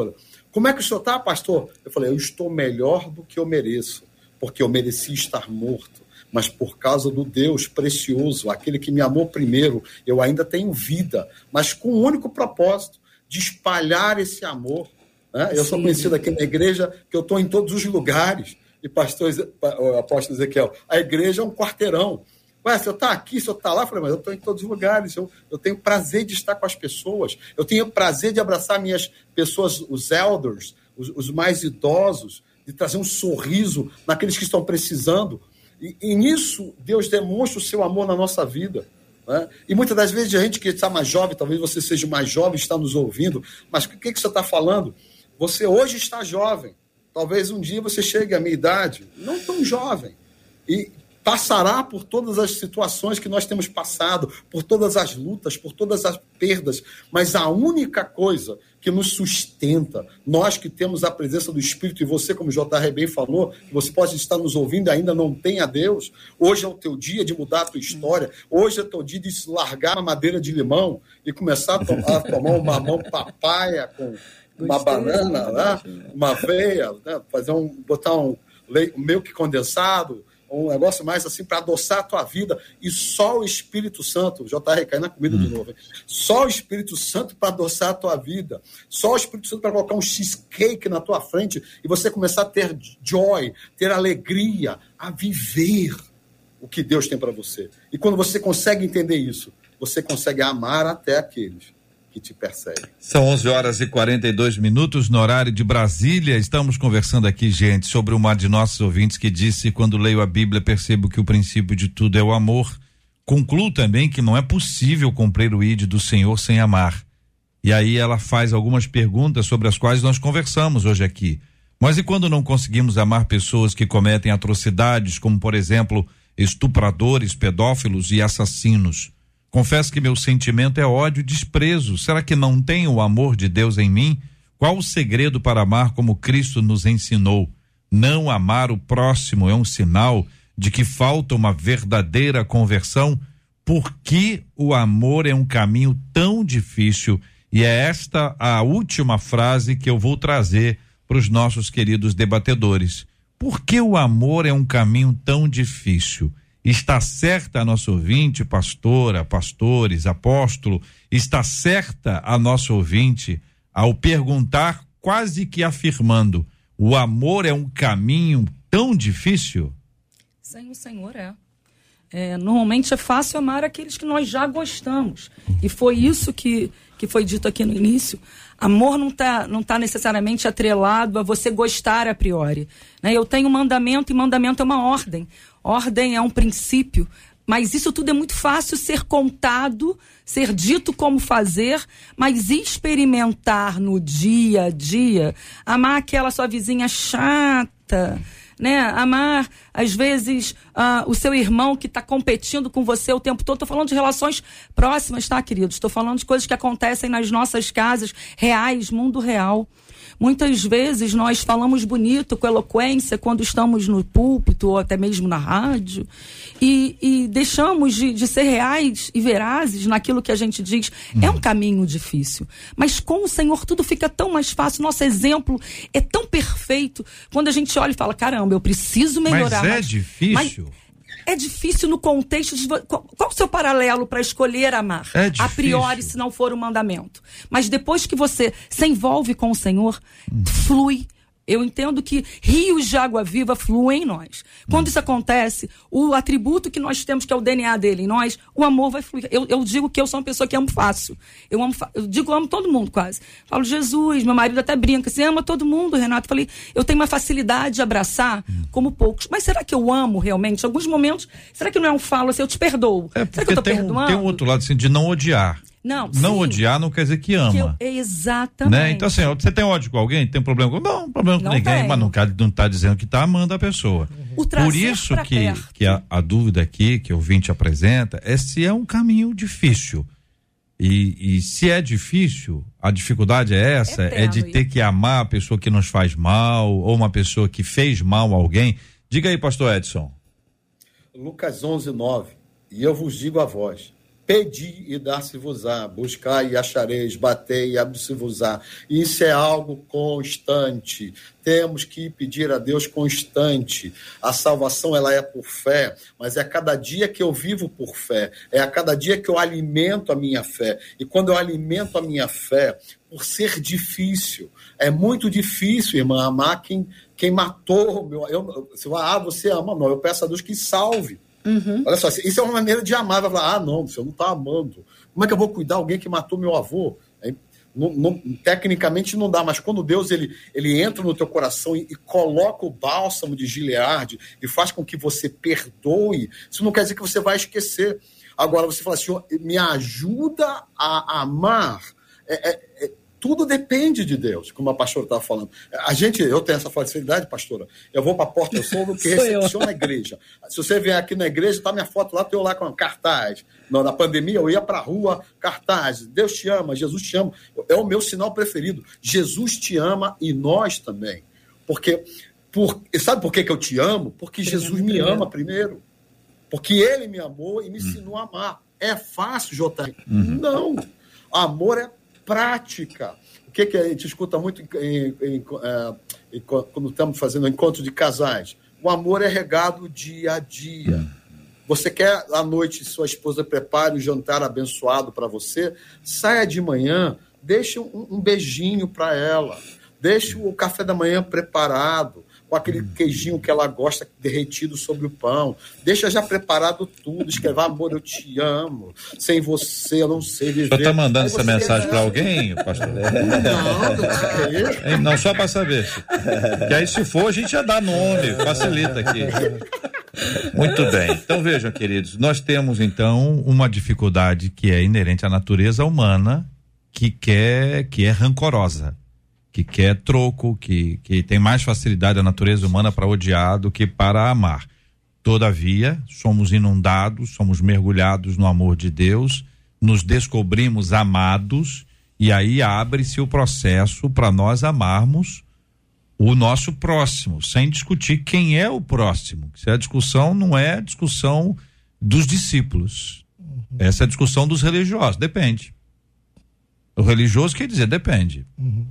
Speaker 5: Como é que o senhor está, pastor? Eu falei, eu estou melhor do que eu mereço, porque eu mereci estar morto, mas por causa do Deus precioso, aquele que me amou primeiro, eu ainda tenho vida, mas com um único propósito, de espalhar esse amor. Né? Eu Sim. sou conhecido aqui na igreja, que eu estou em todos os lugares, e pastor, o apóstolo Ezequiel, a igreja é um quarteirão. Ué, se eu estou aqui, se eu estou lá, eu falei, mas eu estou em todos os lugares, eu, eu tenho prazer de estar com as pessoas, eu tenho prazer de abraçar minhas pessoas, os elders, os, os mais idosos, de trazer um sorriso naqueles que estão precisando, e, e nisso Deus demonstra o seu amor na nossa vida. Né? E muitas das vezes a gente que está mais jovem, talvez você seja mais jovem, está nos ouvindo, mas o que, que você está falando? Você hoje está jovem, talvez um dia você chegue à minha idade, não tão jovem, e passará por todas as situações que nós temos passado, por todas as lutas, por todas as perdas, mas a única coisa que nos sustenta, nós que temos a presença do Espírito, e você, como o J R bem falou, que você pode estar nos ouvindo e ainda não tem a Deus, hoje é o teu dia de mudar a tua história, hoje é o teu dia de se largar a madeira de limão e começar a, to- a tomar um mamão papaya com uma banana, né? Uma aveia, né? Fazer um, botar um leite, um milk condensado, um negócio mais assim para adoçar a tua vida, e só o Espírito Santo, J R cai na comida hum. de novo, hein? Só o Espírito Santo para adoçar a tua vida, só o Espírito Santo para colocar um cheesecake na tua frente e você começar a ter joy, ter alegria, a viver o que Deus tem para você. E quando você consegue entender isso, você consegue amar até aqueles que te perseguem.
Speaker 2: São onze horas e quarenta e dois minutos no horário de Brasília. Estamos conversando aqui, gente, sobre uma de nossos ouvintes que disse: quando leio a Bíblia percebo que o princípio de tudo é o amor. Concluo também que não é possível cumprir o ídolo do Senhor sem amar. E aí ela faz algumas perguntas sobre as quais nós conversamos hoje aqui. Mas e quando não conseguimos amar pessoas que cometem atrocidades, como por exemplo estupradores, pedófilos e assassinos? Confesso que meu sentimento é ódio e desprezo. Será que não tenho o amor de Deus em mim? Qual o segredo para amar como Cristo nos ensinou? Não amar o próximo é um sinal de que falta uma verdadeira conversão? Por que o amor é um caminho tão difícil? E é esta a última frase que eu vou trazer para os nossos queridos debatedores. Por que o amor é um caminho tão difícil? Está certa a nossa ouvinte, pastora, pastores, apóstolo, está certa a nossa ouvinte ao perguntar, quase que afirmando: o amor é um caminho tão difícil?
Speaker 7: Sim, o Senhor é. É, normalmente é fácil amar aqueles que nós já gostamos. E foi isso que, que foi dito aqui no início. Amor não está não tá necessariamente atrelado a você gostar a priori. Né? Eu tenho mandamento, e mandamento é uma ordem. Ordem é um princípio. Mas isso tudo é muito fácil ser contado, ser dito como fazer, mas experimentar no dia a dia, amar aquela sua vizinha chata, né? Amar, às vezes, uh, o seu irmão que está competindo com você o tempo todo. Estou falando de relações próximas, tá, queridos? Estou falando de coisas que acontecem nas nossas casas, reais, mundo real. Muitas vezes nós falamos bonito, com eloquência, quando estamos no púlpito ou até mesmo na rádio, e, e deixamos de, de ser reais e verazes naquilo que a gente diz. Hum. É um caminho difícil, mas com o Senhor tudo fica tão mais fácil. Nosso exemplo é tão perfeito quando a gente olha e fala: caramba, eu preciso melhorar.
Speaker 2: Mas é
Speaker 7: mas,
Speaker 2: difícil?
Speaker 7: Mas, é difícil no contexto de... Qual, qual o seu paralelo para escolher amar?
Speaker 2: É difícil.
Speaker 7: A priori, se não for um mandamento. Mas depois que você se envolve com o Senhor, hum. flui. Eu entendo que rios de água viva fluem em nós. Quando hum. isso acontece, o atributo que nós temos, que é o D N A dele em nós, o amor vai fluir. Eu, eu digo que eu sou uma pessoa que amo fácil. Eu amo, eu digo que eu amo todo mundo quase. Falo, Jesus, meu marido até brinca, você ama todo mundo, Renato. Eu falei, eu tenho uma facilidade de abraçar hum. como poucos. Mas será que eu amo realmente? Em alguns momentos, será que não é um falo assim, eu te perdoo?
Speaker 2: É,
Speaker 7: será que eu tô
Speaker 2: tem
Speaker 7: perdoando?
Speaker 2: Um, tem um outro lado assim, de não odiar.
Speaker 7: Não,
Speaker 2: não
Speaker 7: sim,
Speaker 2: odiar não quer dizer que ama. Que eu,
Speaker 7: exatamente.
Speaker 2: Né? Então, assim, você tem ódio com alguém? Tem problema com... Não, problema com não ninguém, tenho. Mas não, não está dizendo que está amando a pessoa.
Speaker 7: O
Speaker 2: Por isso que, que a, a dúvida aqui, que o ouvinte apresenta, é se é um caminho difícil. E, e se é difícil, a dificuldade é essa, é, é de ter que amar a pessoa que nos faz mal, ou uma pessoa que fez mal a alguém. Diga aí, pastor Edson.
Speaker 5: Lucas onze, nove. E eu vos digo a vós: Pedi e dar-se-vos-á, buscai e achareis, batei e abri-se-vos-á. Isso é algo constante. Temos que pedir a Deus constante. A salvação, ela é por fé, mas é a cada dia que eu vivo por fé. É a cada dia que eu alimento a minha fé. E quando eu alimento a minha fé, por ser difícil, é muito difícil, irmã, amar quem, quem matou. Meu, eu, você vai, ah, você ama? Não, eu peço a Deus que salve. Uhum. Olha só, isso é uma maneira de amar. Vai falar, ah, não, você não está amando. Como é que eu vou cuidar de alguém que matou meu avô? É, não, não, tecnicamente não dá, mas quando Deus ele, ele entra no teu coração e, e coloca o bálsamo de Gileade e faz com que você perdoe, isso não quer dizer que você vai esquecer. Agora você fala, Senhor, me ajuda a amar. É, é, é, tudo depende de Deus, como a pastora estava falando. A gente, eu tenho essa facilidade, pastora. Eu vou para a porta, eu sou o que recepciona a igreja. Se você vier aqui na igreja, está minha foto lá, estou lá com cartaz. Na, na pandemia, eu ia para a rua, cartaz. Deus te ama, Jesus te ama. É o meu sinal preferido. Jesus te ama e nós também. Porque, por, sabe por que, que eu te amo? Porque Jesus me ama primeiro. Porque ele me amou e me ensinou a amar. É fácil, J. Uhum. Não. Amor é prática. O que, que a gente escuta muito em, em, em, em, quando estamos fazendo encontro de casais? O amor é regado dia a dia. Você quer à noite sua esposa prepare um jantar abençoado para você? Saia de manhã, deixe um, um beijinho para ela, deixe o café da manhã preparado, com aquele queijinho que ela gosta derretido sobre o pão. Deixa já preparado tudo. Escreva, amor, eu te amo. Sem você eu não sei viver.
Speaker 2: O senhor está mandando essa mensagem para alguém, pastor? Não, não, não só para saber. Que aí, se for, a gente já dá nome, facilita aqui. Muito bem. Então, vejam, queridos, nós temos, então, uma dificuldade que é inerente à natureza humana, que quer, que é rancorosa. Que quer troco, que, que tem mais facilidade a natureza humana para odiar do que para amar. Todavia, somos inundados, somos mergulhados no amor de Deus, nos descobrimos amados, e aí abre-se o processo para nós amarmos o nosso próximo, sem discutir quem é o próximo. Se a discussão não é a discussão dos discípulos, uhum. Essa é a discussão dos religiosos, depende. O religioso quer dizer depende. Uhum.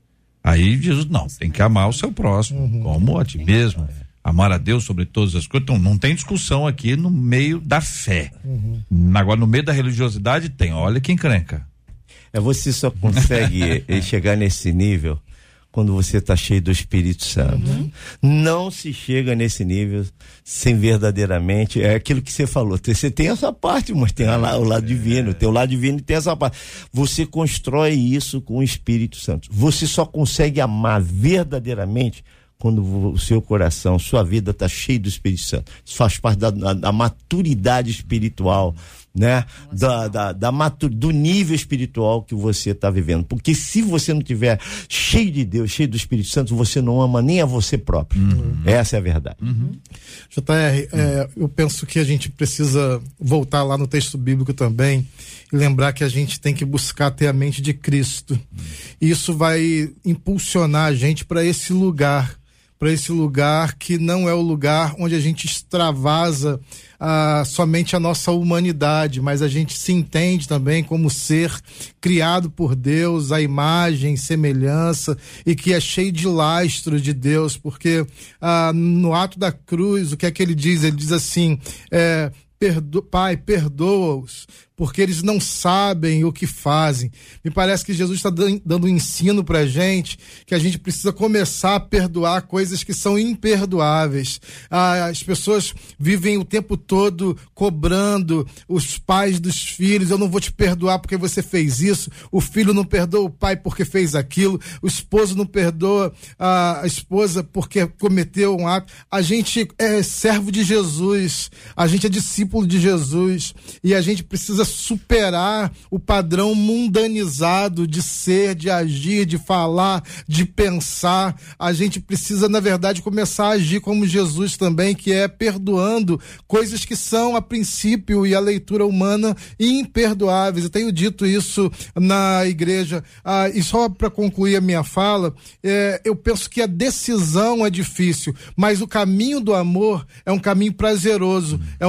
Speaker 2: Aí Jesus, não, tem que amar o seu próximo, uhum. Como a ti mesmo, amar a Deus sobre todas as coisas. Então, não tem discussão aqui no meio da fé. Uhum. Agora, no meio da religiosidade tem, olha que encrenca.
Speaker 3: É, você só consegue chegar nesse nível quando você está cheio do Espírito Santo. Uhum. Não se chega nesse nível sem verdadeiramente, é aquilo que você falou, você tem essa parte, mas tem lá o lado divino, tem o lado divino e tem essa parte. Você constrói isso com o Espírito Santo. Você só consegue amar verdadeiramente quando o seu coração, sua vida está cheio do Espírito Santo. Isso faz parte da, da, da maturidade espiritual, né? Da, da, da matur, do nível espiritual que você está vivendo. Porque se você não tiver cheio de Deus, cheio do Espírito Santo, você não ama nem a você próprio. Uhum. Essa é a verdade.
Speaker 4: Uhum. J R, uhum. é, eu penso que a gente precisa voltar lá no texto bíblico também e lembrar que a gente tem que buscar ter a mente de Cristo. Uhum. E isso vai impulsionar a gente para esse lugar, para esse lugar que não é o lugar onde a gente extravasa ah, somente a nossa humanidade, mas a gente se entende também como ser criado por Deus, a imagem, semelhança, e que é cheio de lastro de Deus, porque ah, no ato da cruz, o que é que ele diz? Ele diz assim, é, perdo, Pai, perdoa-os, porque eles não sabem o que fazem. Me parece que Jesus está dando um ensino pra gente, que a gente precisa começar a perdoar coisas que são imperdoáveis. Ah, as pessoas vivem o tempo todo cobrando os pais dos filhos, eu não vou te perdoar porque você fez isso, o filho não perdoa o pai porque fez aquilo, o esposo não perdoa a esposa porque cometeu um ato. A gente é servo de Jesus, a gente é discípulo de Jesus, e a gente precisa superar o padrão mundanizado de ser, de agir, de falar, de pensar. A gente precisa, na verdade, começar a agir como Jesus também, que é perdoando coisas que são, a princípio, e a leitura humana, imperdoáveis. Eu tenho dito isso na igreja. Ah, e só para concluir a minha fala, é, eu penso que a decisão é difícil, mas o caminho do amor é um caminho prazeroso, é um caminho de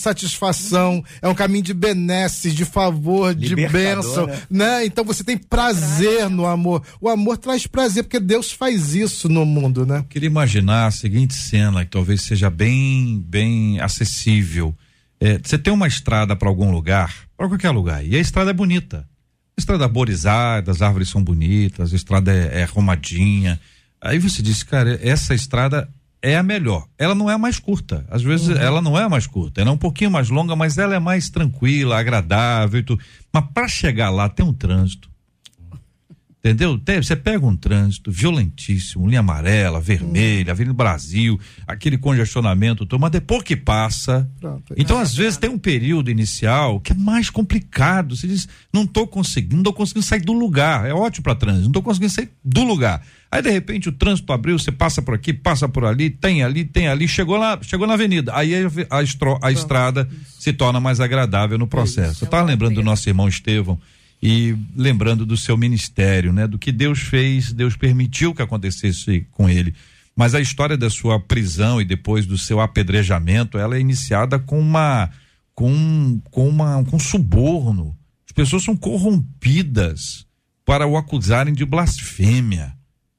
Speaker 4: satisfação, é um caminho de benesses, de favor, de bênção, né? né? Então você tem prazer no amor. O amor traz prazer, porque Deus faz isso no mundo, né?
Speaker 2: Eu queria imaginar a seguinte cena, que talvez seja bem, bem acessível. É, você tem uma estrada para algum lugar, para qualquer lugar, e a estrada é bonita. A estrada arborizada, as árvores são bonitas, a estrada é, é arrumadinha. Aí você diz, cara, essa estrada é a melhor. Ela não é a mais curta. Às vezes uhum. ela não é a mais curta. Ela é um pouquinho mais longa, mas ela é mais tranquila, agradável e tudo. Mas para chegar lá tem um trânsito. Entendeu? Você pega um trânsito violentíssimo, linha amarela, vermelha, uhum. Avenida Brasil, aquele congestionamento todo, mas depois que passa. Pronto. Então, às vezes, tem um período inicial que é mais complicado. Você diz, não tô conseguindo, não tô conseguindo sair do lugar. É ótimo para trânsito, não tô conseguindo sair do lugar. Aí, de repente, o trânsito abriu, você passa por aqui, passa por ali, tem ali, tem ali, chegou lá, chegou na avenida. Aí a, a, estro, a estrada se torna mais agradável no processo. Eu estava lembrando do nosso irmão Estevão e lembrando do seu ministério, né? Do que Deus fez, Deus permitiu que acontecesse com ele. Mas a história da sua prisão e depois do seu apedrejamento, ela é iniciada com uma, com, com uma, com suborno. As pessoas são corrompidas para o acusarem de blasfêmia.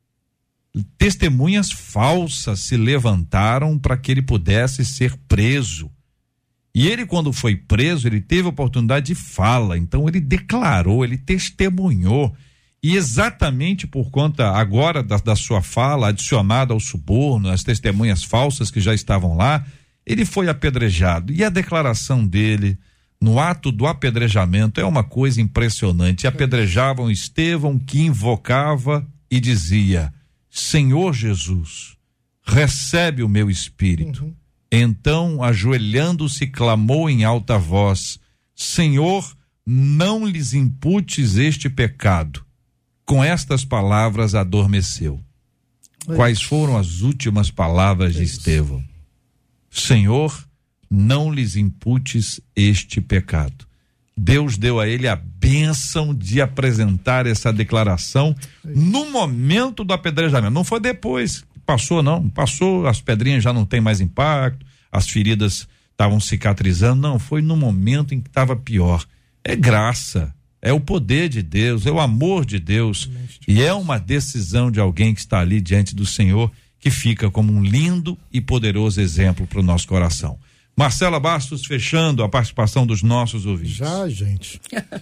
Speaker 2: Testemunhas falsas se levantaram para que ele pudesse ser preso. E ele, quando foi preso, ele teve oportunidade de fala, então ele declarou, ele testemunhou, e exatamente por conta agora da, da sua fala, adicionada ao suborno, as testemunhas falsas que já estavam lá, ele foi apedrejado. E a declaração dele, no ato do apedrejamento, é uma coisa impressionante. Apedrejavam Estevão, que invocava e dizia, Senhor Jesus, recebe o meu espírito. Uhum. Então, ajoelhando-se, clamou em alta voz, Senhor, não lhes imputes este pecado. Com estas palavras adormeceu. Oi. Quais foram as últimas palavras de Estevão? Senhor, não lhes imputes este pecado. Deus deu a ele a bênção de apresentar essa declaração no momento do apedrejamento. Não foi depois. Passou não, passou, as pedrinhas já não tem mais impacto, as feridas estavam cicatrizando, não, foi no momento em que estava pior. É graça, é o poder de Deus, é o amor de Deus, e é uma decisão de alguém que está ali diante do Senhor, que fica como um lindo e poderoso exemplo para o nosso coração. Marcela Bastos, fechando a participação dos nossos ouvintes.
Speaker 4: Já, gente.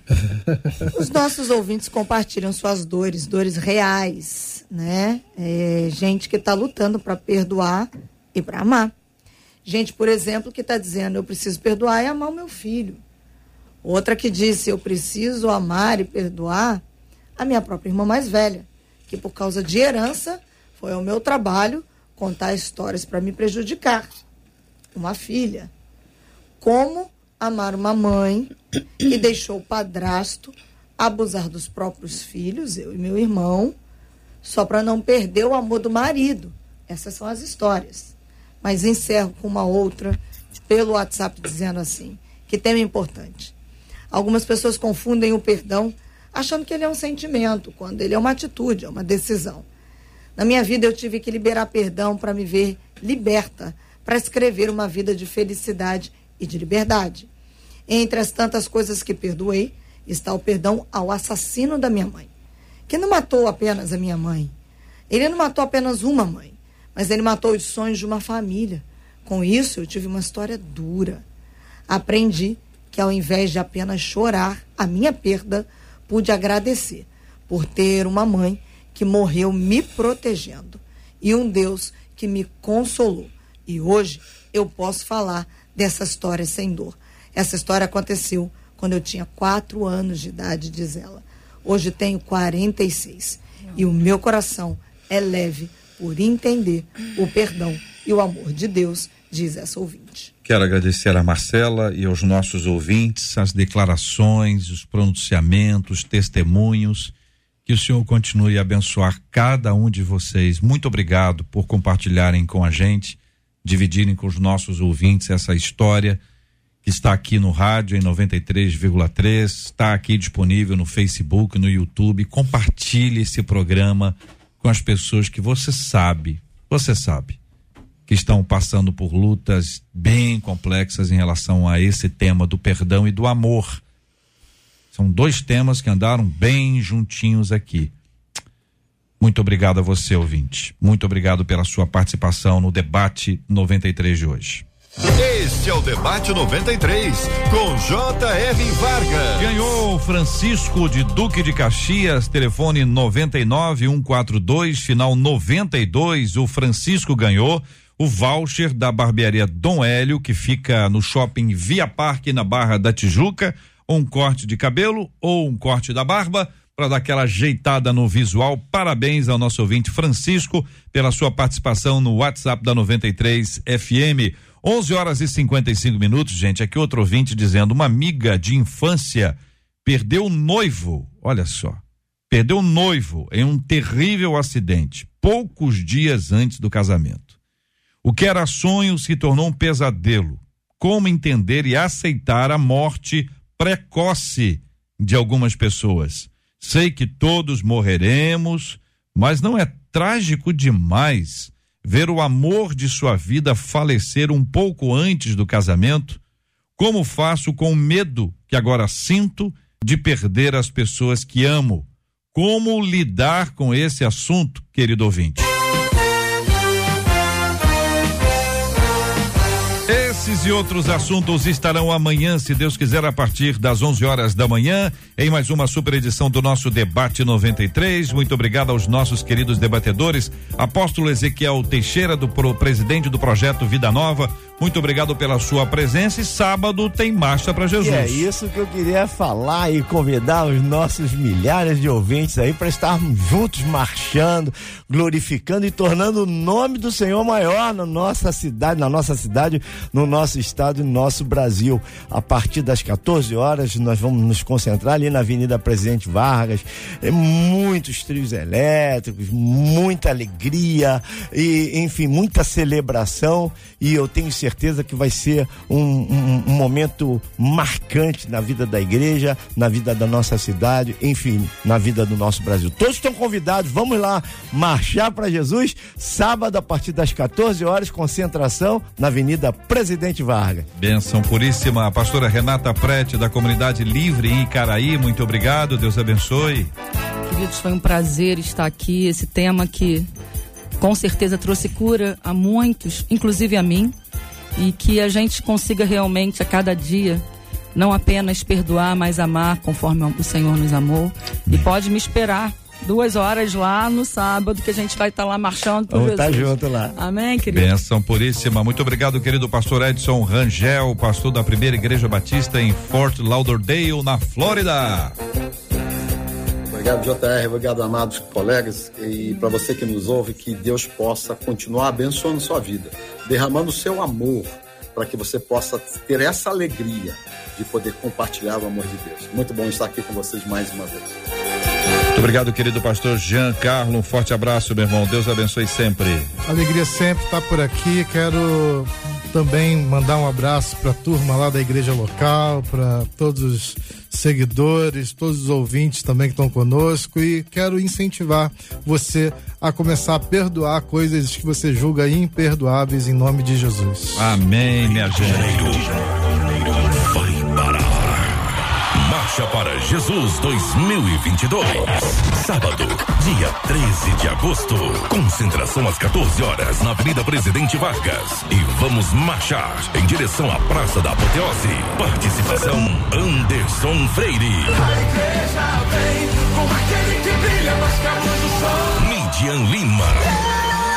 Speaker 6: Os nossos ouvintes compartilham suas dores, dores reais, né? É, gente que está lutando para perdoar e para amar. Gente, por exemplo, que está dizendo, eu preciso perdoar e amar o meu filho. Outra que disse, eu preciso amar e perdoar a minha própria irmã mais velha, que por causa de herança foi ao meu trabalho contar histórias para me prejudicar. Uma filha. Como amar uma mãe que deixou o padrasto abusar dos próprios filhos, eu e meu irmão, só para não perder o amor do marido. Essas são as histórias. Mas encerro com uma outra pelo WhatsApp dizendo assim, que tema importante. Algumas pessoas confundem o perdão achando que ele é um sentimento, quando ele é uma atitude, é uma decisão. Na minha vida eu tive que liberar perdão para me ver liberta, para escrever uma vida de felicidade e de liberdade. Entre as tantas coisas que perdoei, está o perdão ao assassino da minha mãe, que não matou apenas a minha mãe. Ele não matou apenas uma mãe, mas ele matou os sonhos de uma família. Com isso, eu tive uma história dura. Aprendi que ao invés de apenas chorar a minha perda, pude agradecer por ter uma mãe que morreu me protegendo e um Deus que me consolou. E hoje eu posso falar dessa história sem dor. Essa história aconteceu quando eu tinha quatro anos de idade, diz ela. Hoje tenho quarenta e seis. E o meu coração é leve por entender o perdão e o amor de Deus, diz essa ouvinte.
Speaker 2: Quero agradecer a Marcela e aos nossos ouvintes, as declarações, os pronunciamentos, os testemunhos. Que o Senhor continue a abençoar cada um de vocês. Muito obrigado por compartilharem com a gente, dividirem com os nossos ouvintes essa história que está aqui no rádio em noventa e três vírgula três, está aqui disponível no Facebook, no YouTube. Compartilhe esse programa com as pessoas que você sabe, você sabe, que estão passando por lutas bem complexas em relação a esse tema do perdão e do amor. São dois temas que andaram bem juntinhos aqui. Muito obrigado a você, ouvinte. Muito obrigado pela sua participação no Debate noventa e três de hoje.
Speaker 1: Este é o Debate noventa e três, com J R. Vargas.
Speaker 2: Ganhou Francisco de Duque de Caxias, telefone noventa e nove, um quatro dois, final noventa e dois. O Francisco ganhou o voucher da barbearia Dom Hélio, que fica no shopping Via Parque, na Barra da Tijuca. Um corte de cabelo ou um corte da barba, para dar aquela ajeitada no visual. Parabéns ao nosso ouvinte Francisco pela sua participação no WhatsApp da noventa e três F M. onze horas e cinquenta e cinco minutos, gente. Aqui outro ouvinte dizendo: uma amiga de infância perdeu o noivo, olha só, perdeu o noivo em um terrível acidente, poucos dias antes do casamento. O que era sonho se tornou um pesadelo. Como entender e aceitar a morte precoce de algumas pessoas? Sei que todos morreremos, mas não é trágico demais ver o amor de sua vida falecer um pouco antes do casamento? Como faço com o medo que agora sinto de perder as pessoas que amo? Como lidar com esse assunto, querido ouvinte? Esses e outros assuntos estarão amanhã, se Deus quiser, a partir das onze horas da manhã, em mais uma super edição do nosso Debate noventa e três. Muito obrigado aos nossos queridos debatedores. Apóstolo Ezequiel Teixeira, do pro, presidente do projeto Vida Nova. Muito obrigado pela sua presença, e sábado tem Marcha para Jesus.
Speaker 3: E é isso que eu queria falar e convidar os nossos milhares de ouvintes aí para estarmos juntos marchando, glorificando e tornando o nome do Senhor maior na nossa cidade, na nossa cidade, no nosso estado e no nosso Brasil. A partir das quatorze horas nós vamos nos concentrar ali na Avenida Presidente Vargas. É, muitos trios elétricos, muita alegria e, enfim, muita celebração, e eu tenho certeza certeza que vai ser um, um, um momento marcante na vida da igreja, na vida da nossa cidade, enfim, na vida do nosso Brasil. Todos estão convidados, vamos lá marchar para Jesus, sábado a partir das quatorze horas, concentração na Avenida Presidente Vargas.
Speaker 2: Bênção puríssima. A pastora Renata Prete, da Comunidade Livre em Icaraí, muito obrigado, Deus abençoe.
Speaker 7: Queridos, foi um prazer estar aqui, esse tema que com certeza trouxe cura a muitos, inclusive a mim, e que a gente consiga realmente a cada dia não apenas perdoar, mas amar conforme o Senhor nos amou. E pode me esperar duas horas lá no sábado, que a gente vai estar tá lá marchando por Jesus.
Speaker 3: Vamos estar junto lá.
Speaker 7: Amém, querido?
Speaker 2: Bênção puríssima. Muito obrigado, querido pastor Edson Rangel, pastor da Primeira Igreja Batista em Fort Lauderdale, na Flórida.
Speaker 5: Obrigado, J R, obrigado, amados colegas, e para você que nos ouve, que Deus possa continuar abençoando sua vida, derramando o seu amor, para que você possa ter essa alegria de poder compartilhar o amor de Deus. Muito bom estar aqui com vocês mais uma vez.
Speaker 2: Muito obrigado, querido pastor Jean Carlo, um forte abraço, meu irmão, Deus abençoe sempre.
Speaker 4: Alegria sempre estar por aqui. Quero também mandar um abraço para a turma lá da igreja local, para todos os seguidores, todos os ouvintes também que estão conosco, e quero incentivar você a começar a perdoar coisas que você julga imperdoáveis em nome de Jesus.
Speaker 2: Amém, minha gente.
Speaker 1: Vai parar. Marcha para Jesus dois mil e vinte e dois. Sábado, dia treze de agosto. Concentração às quatorze horas na Avenida Presidente Vargas. E vamos marchar em direção à Praça da Apoteose. Participação Anderson Freire.
Speaker 8: A igreja vem com aquele que brilha mais que a luz do sol.
Speaker 1: Midian Lima.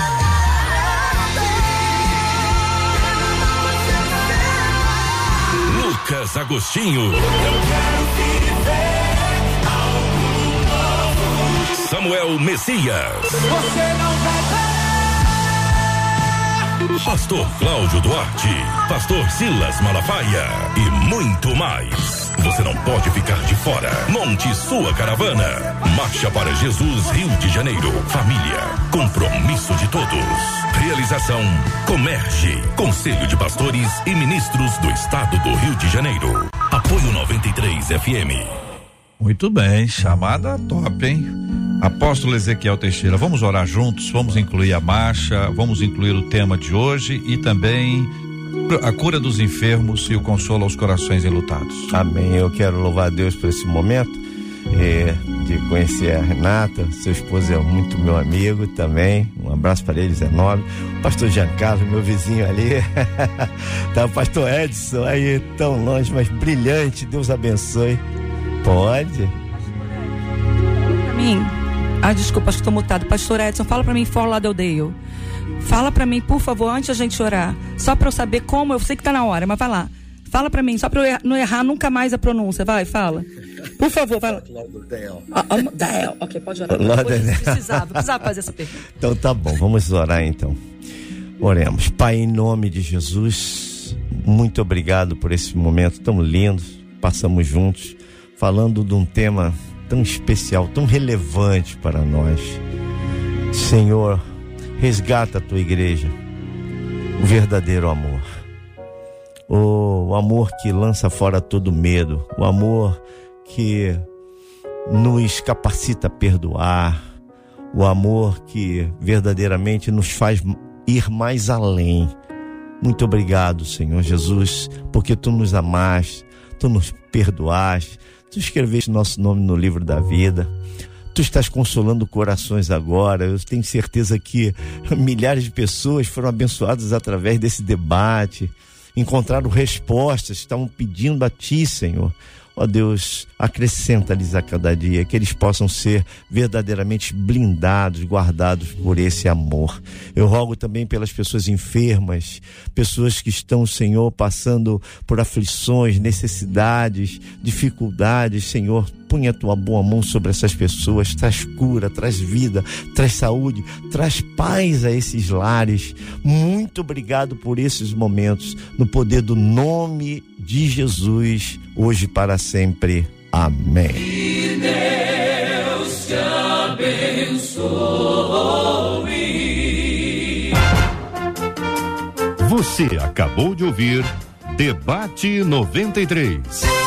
Speaker 1: Lucas Agostinho.
Speaker 8: Eu quero viver algo novo.
Speaker 1: Samuel Messias.
Speaker 8: Você não vai ver.
Speaker 1: Pastor Cláudio Duarte. Pastor Silas Malafaia. E muito mais. Você não pode ficar de fora. Monte sua caravana. Marcha para Jesus, Rio de Janeiro. Família. Compromisso de todos. Realização Comerge, Conselho de Pastores e Ministros do Estado do Rio de Janeiro. Apoio noventa e três F M.
Speaker 2: Muito bem, chamada top, hein? Apóstolo Ezequiel Teixeira, vamos orar juntos, vamos incluir a marcha, vamos incluir o tema de hoje e também a cura dos enfermos e o consolo aos corações enlutados.
Speaker 3: Amém. Eu quero louvar a Deus por esse momento é, de conhecer a Renata, seu esposo é muito meu amigo também, um abraço para eles enorme. O pastor Giancarlo, meu vizinho ali, tá, o pastor Edson aí tão longe, mas brilhante, Deus abençoe. Pode?
Speaker 7: Pra mim, ah, desculpa, acho que tô mutado. Pastor Edson, fala pra mim, For Lauderdale. Fala pra mim, por favor, antes da gente orar, só pra eu saber como, eu sei que tá na hora, mas vai lá. Fala pra mim, só pra eu errar, não errar nunca mais a pronúncia, vai, fala. Por favor, vai lá. Ah, ah, Dale. Ok, pode orar.
Speaker 3: Lauderdale.
Speaker 7: Precisava, precisava fazer essa pergunta.
Speaker 3: Então tá bom, vamos orar então. Oremos. Pai, em nome de Jesus, muito obrigado por esse momento tão lindo. Passamos juntos, falando de um tema tão especial, tão relevante para nós. Senhor, resgata a tua igreja, o verdadeiro amor. Oh, o amor que lança fora todo medo, o amor que nos capacita a perdoar, o amor que verdadeiramente nos faz ir mais além. Muito obrigado, Senhor Jesus, porque tu nos amaste, tu nos perdoaste, tu escreveste nosso nome no livro da vida. Tu estás consolando corações agora. Eu tenho certeza que milhares de pessoas foram abençoadas através desse debate, encontraram respostas, estavam pedindo a Ti, Senhor. Ó Deus, acrescenta-lhes a cada dia, que eles possam ser verdadeiramente blindados, guardados por esse amor. Eu rogo também pelas pessoas enfermas, pessoas que estão, Senhor, passando por aflições, necessidades, dificuldades, Senhor. Põe a tua boa mão sobre essas pessoas, traz cura, traz vida, traz saúde, traz paz a esses lares. Muito obrigado por esses momentos, no poder do nome de Jesus, hoje e para sempre. Amém.
Speaker 8: Que Deus te abençoe.
Speaker 1: Você acabou de ouvir Debate noventa e três.